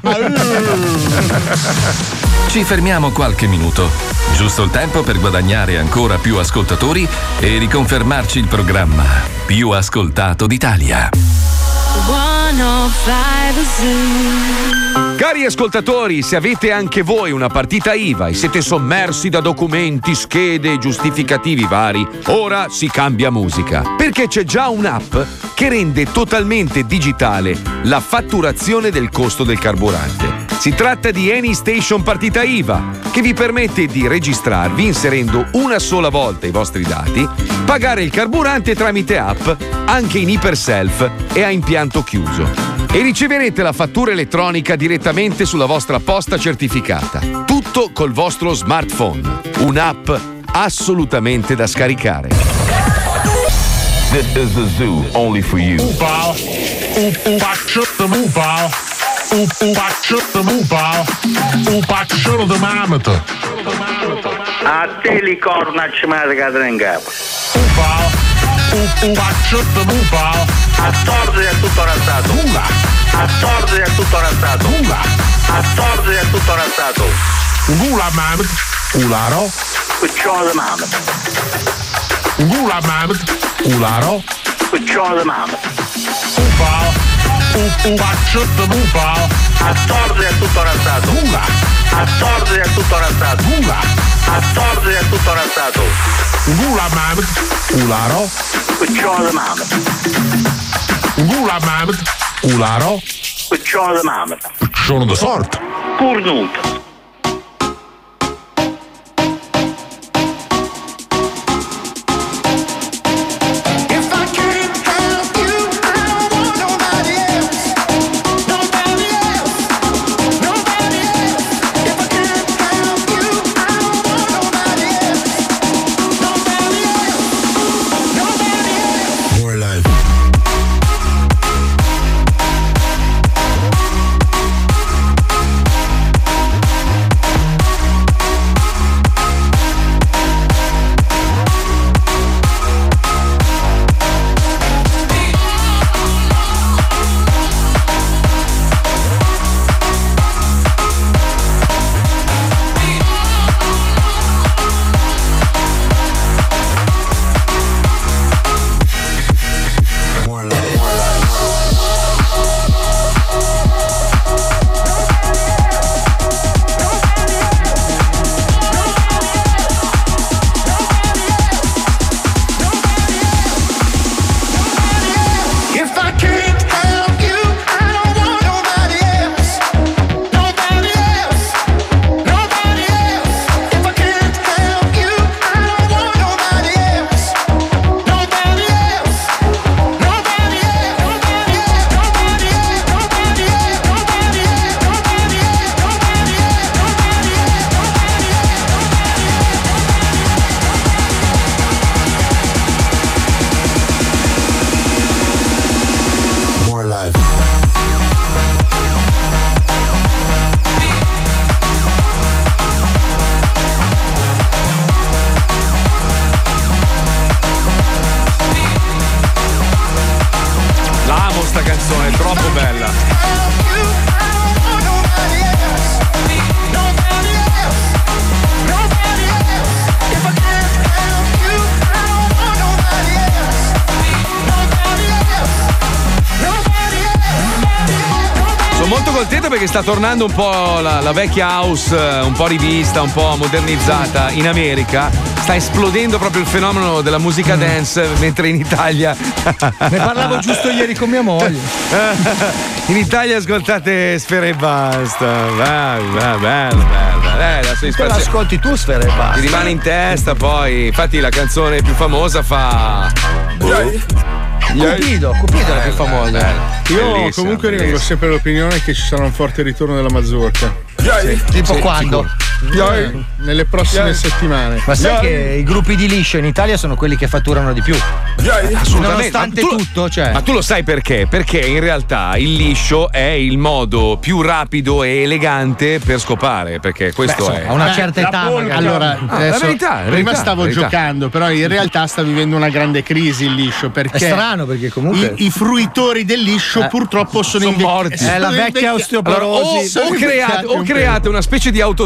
Ci fermiamo qualche minuto, giusto il tempo per guadagnare ancora più ascoltatori e riconfermarci il programma più ascoltato d'Italia. 105 Zoo. Cari ascoltatori, se avete anche voi una partita IVA e siete sommersi da documenti, schede e giustificativi vari, ora si cambia musica. Perché c'è già un'app che rende totalmente digitale la fatturazione del costo del carburante. Si tratta di AnyStation Partita IVA, che vi permette di registrarvi inserendo una sola volta i vostri dati, pagare il carburante tramite app anche in iperself e a impianto chiuso. E riceverete la fattura elettronica direttamente sulla vostra posta certificata. Tutto col vostro smartphone. Un'app assolutamente da scaricare. This is the zoo, only for you. A te li cornac marca in capo. A tordi è tutto razzato. A tordi è tutto razzato. A tordi è tutto razzato. Gula mamet, ularo. Cucciolo di mamma. Gula mamet, ularo. Cucciolo di mamma. A tordi è tutto razzato. A tordi è tutto razzato. A tordi è tutto razzato. Gula mamet, ularo. Cucciolo di mamma. Gula mamet, ularo. Cucciolo di mamma. Sono da sorte. Cornuto. Perché sta tornando un po' la vecchia house, un po' rivista, un po' modernizzata in America. Sta esplodendo proprio il fenomeno della musica dance, mentre in Italia ne parlavo giusto ieri con mia moglie. In Italia ascoltate Sfera e Basta. Bella. La te l'ascolti tu Sfera e Basta. Ti rimane in testa poi. Infatti la canzone più famosa fa Cupido è la più famosa. Io comunque rimango sempre all'opinione che ci sarà un forte ritorno della mazurka. Tipo quando? Nelle prossime settimane. Ma sai che i gruppi di liscio in Italia sono quelli che fatturano di più? Assolutamente. Nonostante tutto, cioè. Ma tu lo sai perché? Perché in realtà il liscio è il modo più rapido e elegante per scopare. Perché questo è. A una certa età. Allora, la verità. Prima stavo giocando, però in realtà sta vivendo una grande crisi il liscio. Perché è strano, perché comunque i fruitori del liscio purtroppo sono morti. È la vecchia osteoporosi. Allora, o create una specie di autoscontro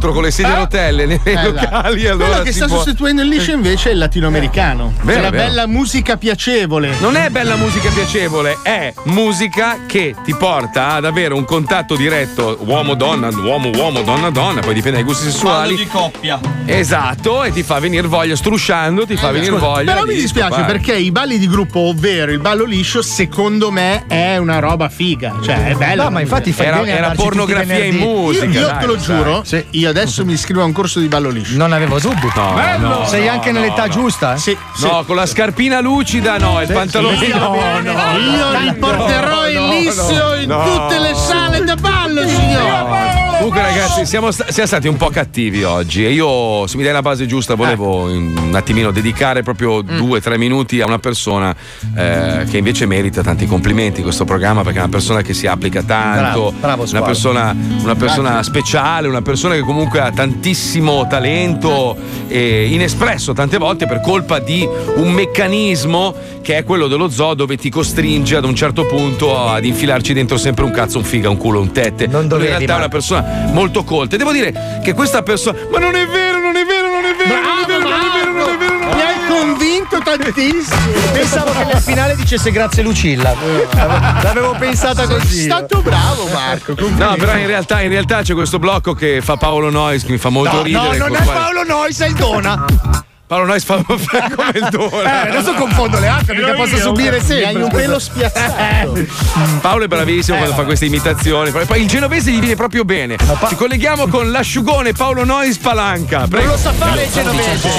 dentro con le sedie a rotelle nei locali, allora quello che sta sostituendo il liscio invece è il latinoamericano. Vero, C'è la vero. bella musica piacevole. Non è bella musica piacevole, è musica che ti porta ad avere un contatto diretto uomo-donna, uomo-uomo, donna-donna, poi dipende dai gusti sessuali. Di coppia. Esatto, e ti fa venire voglia, strusciando, ti fa venire voglia. Però mi di dispiace scopare. perché i balli di gruppo, ovvero il ballo liscio, secondo me è una roba figa. Cioè, è bello. No, ma infatti fai bene a era darci pornografia tutti i in venerdì. musica. Io dai, te lo dai. giuro, io adesso mi iscrivo a un corso di ballo liscio. Non avevo dubbi. No, Sei anche nell'età giusta? Sì. No, con la scarpina lucida, no, il pantalone. Io riporterò il liscio in tutte le sale da ballo, signore. Comunque, ragazzi, siamo stati un po' cattivi oggi. E io, se mi dai la base giusta, volevo un attimino dedicare proprio 2-3 minuti a una persona che invece merita tanti complimenti questo programma, perché è una persona che si applica tanto, Bravo, una persona speciale, una persona che comunque ha tantissimo talento e inespresso tante volte per colpa di un meccanismo che è quello dello zoo, dove ti costringe ad un certo punto ad infilarci dentro sempre un cazzo, un figa, un culo, un tette. Non dovevi, in realtà è una persona molto colta. E devo dire che questa persona. Ma non è vero, non è vero, non è vero, non è vero, non è vero, non è vero. Mi hai convinto tantissimo. Pensavo che nel finale dicesse grazie Lucilla. L'avevo pensata così. Sei stato bravo, Marco. No, però in realtà c'è questo blocco che fa Paolo Noyes, che mi fa molto ridere. No, non col è quale- Paolo Noyes, è il Dona. Paolo Noyes fa come il Dona. Adesso confondo le altre perché posso subire sempre. Hai un pelo spiazzato. Paolo è bravissimo quando fa queste imitazioni. Poi il genovese gli viene proprio bene. Ci colleghiamo con l'asciugone Paolo Noyes Palanca. Prego. Non lo sa fare il genovese.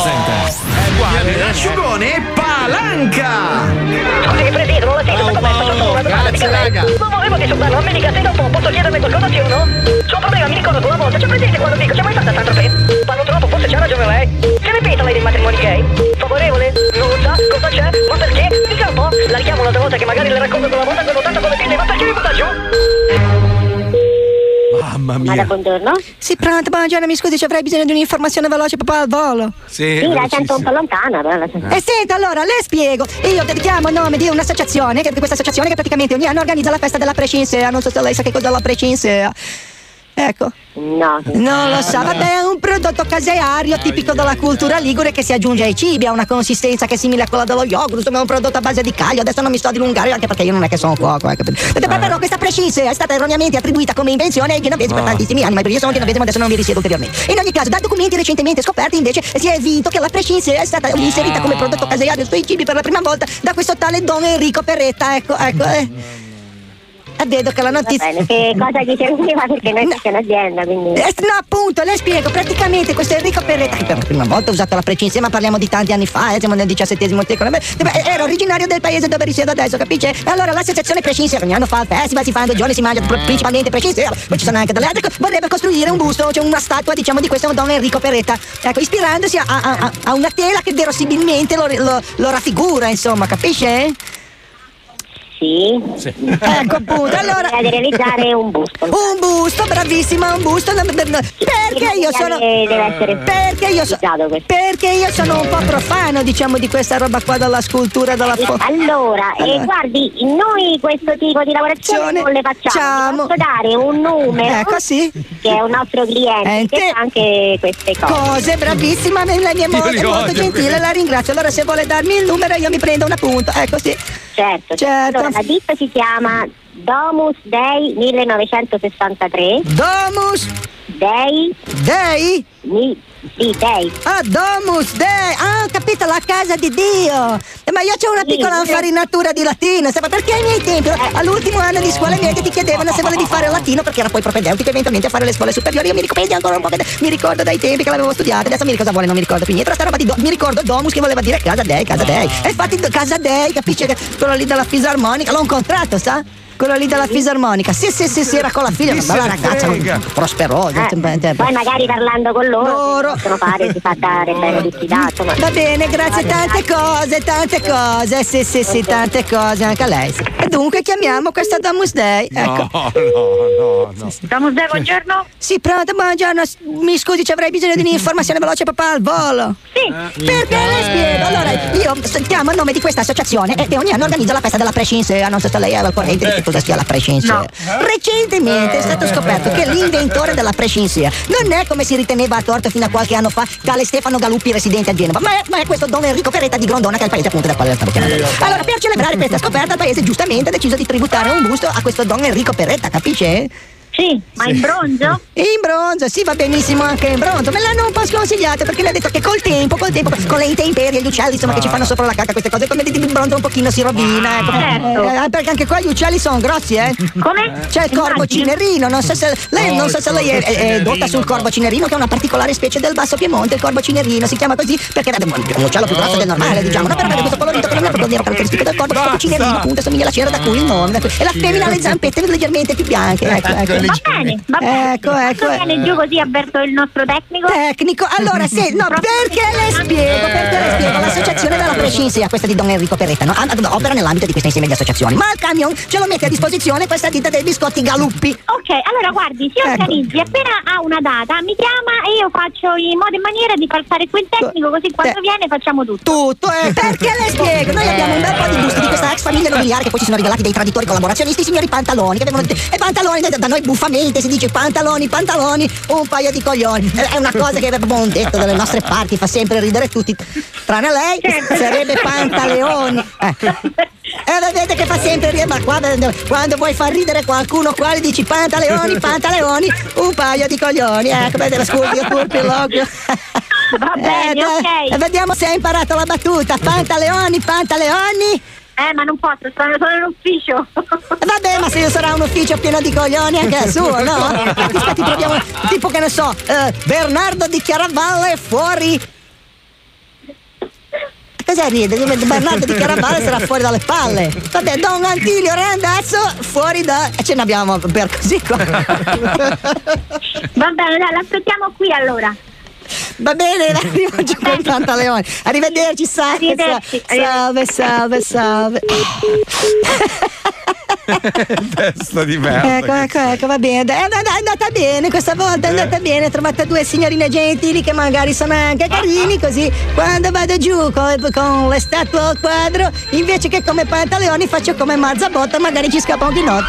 L'asciugone Palanca. Scusi, che preside, non la sento, sto una Grazie, raga. Non volevo disturbarlo, mi dica se dopo posso chiederle qualcosa, sì o no? C'è un problema, mi ricordo una volta, c'è presente quando dico, c'è mai stata Sandra Fe? Parlo troppo, forse c'ha ragione lei. Che ne pensa lei dei matrimoni gay? Favorevole? Non sa? Cosa c'è? Ma perché? Dica un po', la richiamo un'altra volta che magari le racconto quella volta che ho notato come pille, ma perché mi butta giù? Mamma mia. Buongiorno. Sì, pronto, buongiorno, mi scusi, ci avrei bisogno di un'informazione veloce proprio al volo. Sì, La sento un po' lontana, però la sento. E senta, allora, le spiego. Io chiamo a nome di un'associazione, di questa associazione che praticamente ogni anno organizza la festa della prescinsea. Non so se lei sa che cos'è la prescinsea. Ecco. No. Non lo sa, vabbè, è un prodotto caseario tipico della cultura ligure che si aggiunge ai cibi, ha una consistenza che è simile a quella dello yogurt, è un prodotto a base di caglio. Adesso non mi sto a dilungare anche perché io non è che sono cuoco, però questa prescinsea è stata erroneamente attribuita come invenzione ai genovesi per tantissimi anni, ma io sono genovese ma adesso non vi risiedo ulteriormente. In ogni caso, da documenti recentemente scoperti invece si è vinto che la prescinsea è stata inserita come prodotto caseario sui cibi per la prima volta da questo tale Don Enrico Perretta, ecco. Vedo che la notizia. Va bene, che cosa diceva perché noi siamo un'azienda, quindi. No, appunto, le spiego. Praticamente questo Enrico Perretta, che per la prima volta ha usato la prescinsea, ma parliamo di tanti anni fa, siamo nel XVII secolo. Era originario del paese dove risiedo adesso, capisce? Allora l'associazione prescinsea ogni anno fa il festival, si fanno 2 giorni, si mangia principalmente prescinsea, poi ci sono anche delle altre. Vorrebbe costruire un busto, cioè una statua, diciamo, di questo Don Enrico Perretta. Ecco, ispirandosi a una tela che verosimilmente lo raffigura, insomma, capisce? Sì. Ecco appunto, allora di realizzare un busto. Un busto, bravissima, un busto. Perché io sono perché io sono un po' profano, diciamo, di questa roba qua della scultura della Allora, guardi, noi questo tipo di lavorazione non le facciamo. Posso dare un numero, ecco, sì, che è un nostro cliente che fa anche queste cose. Bravissima, lei mi è molto gentile, la ringrazio. Allora se vuole darmi il numero io mi prendo un appunto, ecco, sì. Certo. Allora, la ditta si chiama Domus Dei 1963. Domus Dei? Sì, Dei. Ah, Domus Dei. Ah, ho capito, la casa di Dio. Ma io c'ho una piccola infarinatura di latino, perché ai miei tempi, all'ultimo anno di scuola medie ti chiedevano se volevi fare latino perché era poi propedeutico eventualmente a fare le scuole superiori. Io mi ricordo ancora un po', mi ricordo dai tempi che l'avevo studiato, adesso cosa vuole, non mi ricordo più niente, però sta roba mi ricordo Domus che voleva dire casa Dei. E infatti casa Dei, capisce che quello lì della fisarmonica, l'ho incontrato, sa? Quello lì della fisarmonica. Sì, era con la figlia, una bella ragazza, prosperò. Poi magari parlando con loro possono fare, si fa dare bene liquidato. Va bene, grazie, tante cose. Sì, tante cose anche a lei. E dunque chiamiamo questa Domus Dei. Ecco. No. Domus Dei, buongiorno. Sì, pronto, buongiorno. Mi scusi, ci avrei bisogno di un'informazione veloce proprio al volo. Sì. Perché le spiego? Allora, io chiamo a nome di questa associazione che ogni anno organizza la festa della prescinsea. Non so se lei è al corrente di cosa sia la prescinsia? Recentemente è stato scoperto che l'inventore della prescinsia non è, come si riteneva a torto fino a qualche anno fa, tale Stefano Galuppi residente a Genova, ma è questo Don Enrico Peretta di Grondona, che è il paese appunto dal quale stavo chiamando. Allora, per celebrare questa scoperta, il paese giustamente ha deciso di tributare un busto a questo Don Enrico Peretta, capisce? Sì, ma in bronzo? In bronzo, sì, va benissimo anche in bronzo. Me l'hanno un po' sconsigliato perché mi ha detto che col tempo, con le intemperie, gli uccelli, insomma, che ci fanno sopra la cacca, queste cose, come di bronzo un pochino si rovina. Certo. Perché anche qua gli uccelli sono grossi, Come? C'è il corvo cinerino, non so se lei è dotta sul corvo cinerino, che è una particolare specie del Basso Piemonte. Il corvo cinerino si chiama così perché è un uccello più grosso del normale, diciamo, no? Però aveva questo colorito che non è proprio nero caratteristico del corvo. Il corvo cinerino, appunto, somiglia alla cera, da cui il nome. E la femmina ha le zampette leggermente più bianche. Ecco. Va bene, va bene. Ecco. Viene giù così, avverto il nostro tecnico. Allora, perché le spiego, l'associazione della prescinsia, questa di Don Enrico Peretta, no? Opera nell'ambito di queste insieme di associazioni, ma il camion ce lo mette a disposizione questa ditta dei biscotti Galuppi. Ok, allora guardi, si organizzi, appena ha una data mi chiama e io faccio in modo e maniera di far fare qui il tecnico, così quando viene facciamo tutto. Perché le spiego? Noi abbiamo un bel po' di busti di questa ex famiglia nobiliare che poi si sono rivelati dei traditori collaborazionisti, i signori Pantaloni, che avevano e pantaloni da noi buffamente si dice pantaloni, un paio di coglioni. È una cosa che è proprio un detto dalle nostre parti, fa sempre ridere tutti, tranne lei, sarebbe Pantaleoni. Vedete che fa sempre ridere, ma quando vuoi far ridere qualcuno qua gli dici Pantaleoni, un paio di coglioni. Scusi, il colloquio. Va bene, ok. Vediamo se hai imparato la battuta. Pantaleoni. Ma non posso, sono in ufficio. Vabbè, ma se io sarà un ufficio pieno di coglioni anche al suo, no? Aspetti, proviamo, tipo che ne so, Bernardo di Chiaravalle fuori. Cosa ride? Bernardo di Chiaravalle sarà fuori dalle palle. Vabbè, Don Antilio Randazzo fuori da... ce ne abbiamo per così qua. Va bene, dai, l'aspettiamo qui allora. Va bene, arrivo giù con Pantaleoni. Arrivederci, salve. Testa di merda. Ecco, va bene. È andata bene questa volta, è andata bene. Ho trovato due signorine gentili che magari sono anche carini, così quando vado giù con le statue al quadro, invece che come Pantaleoni faccio come Mazzabotta, magari ci scappa un chinotto.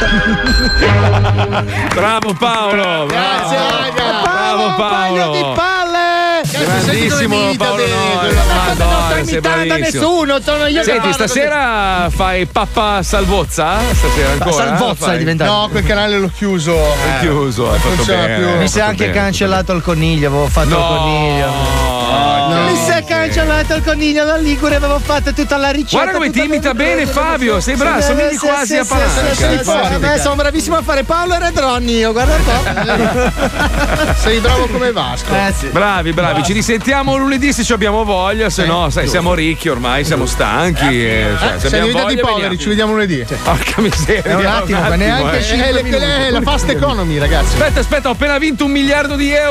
Bravo Paolo. Grazie, raga. Bravo Paolo. Di palle. Grandissimo Paolo non sto imitando nessuno, sono io. Senti, stasera fai Pappa Salvozza? Stasera ancora? Salvozza è diventato. No, quel canale l'ho chiuso. È chiuso, hai fatto bene. Mi si è anche cancellato il coniglio, avevo fatto il coniglio. Mi si è cancellato il coniglio da Ligure, avevo fatto tutta la ricetta. Guarda come ti imita bene Fabio, sei bravo, somigli quasi a Palanca. Sono bravissimo a fare Paolo e Redronni, io guarda un po'. Sei bravo come Vasco. Bravi, ci risentiamo lunedì se ci abbiamo voglia, se no, sai, siamo ricchi ormai, siamo stanchi. Se siamo diventati poveri, ci vediamo lunedì. Porca miseria. Un attimo, ma neanche 5 minuti. La fast economy, ragazzi. Aspetta, ho appena vinto $1 miliardo.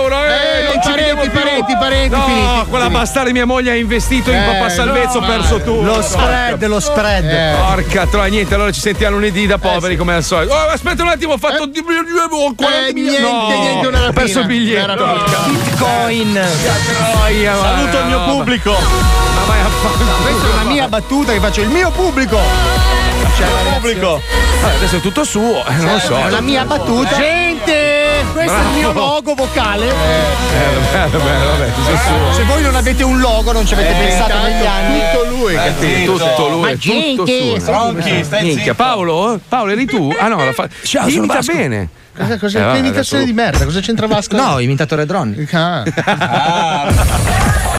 Parenti. No, quella bastarda di mia moglie ha investito in Papà Salvezzo, ho perso tutto. Lo spread. Porca troia, niente, allora ci sentiamo lunedì da poveri come al solito. Oh, aspetta un attimo, ho fatto 40 milioni. Niente, ho perso il biglietto. Bitcoin. Saluto il mio pubblico. Ma vai a fare. Questa è una mia battuta che faccio il mio pubblico. Adesso è tutto suo, non lo so. È la mia battuta. Gente! Questo è il mio logo vocale. Vabbè, se voi non avete un logo, non ci avete pensato negli anni. Tutto lui. Ma gente, Ronchi, stai zitto. Paolo, eri tu? Ah no, Ciao, imita Vasco. bene. Che imitazione di merda? Cosa c'entra Vasco? No, ho imitato Redronni.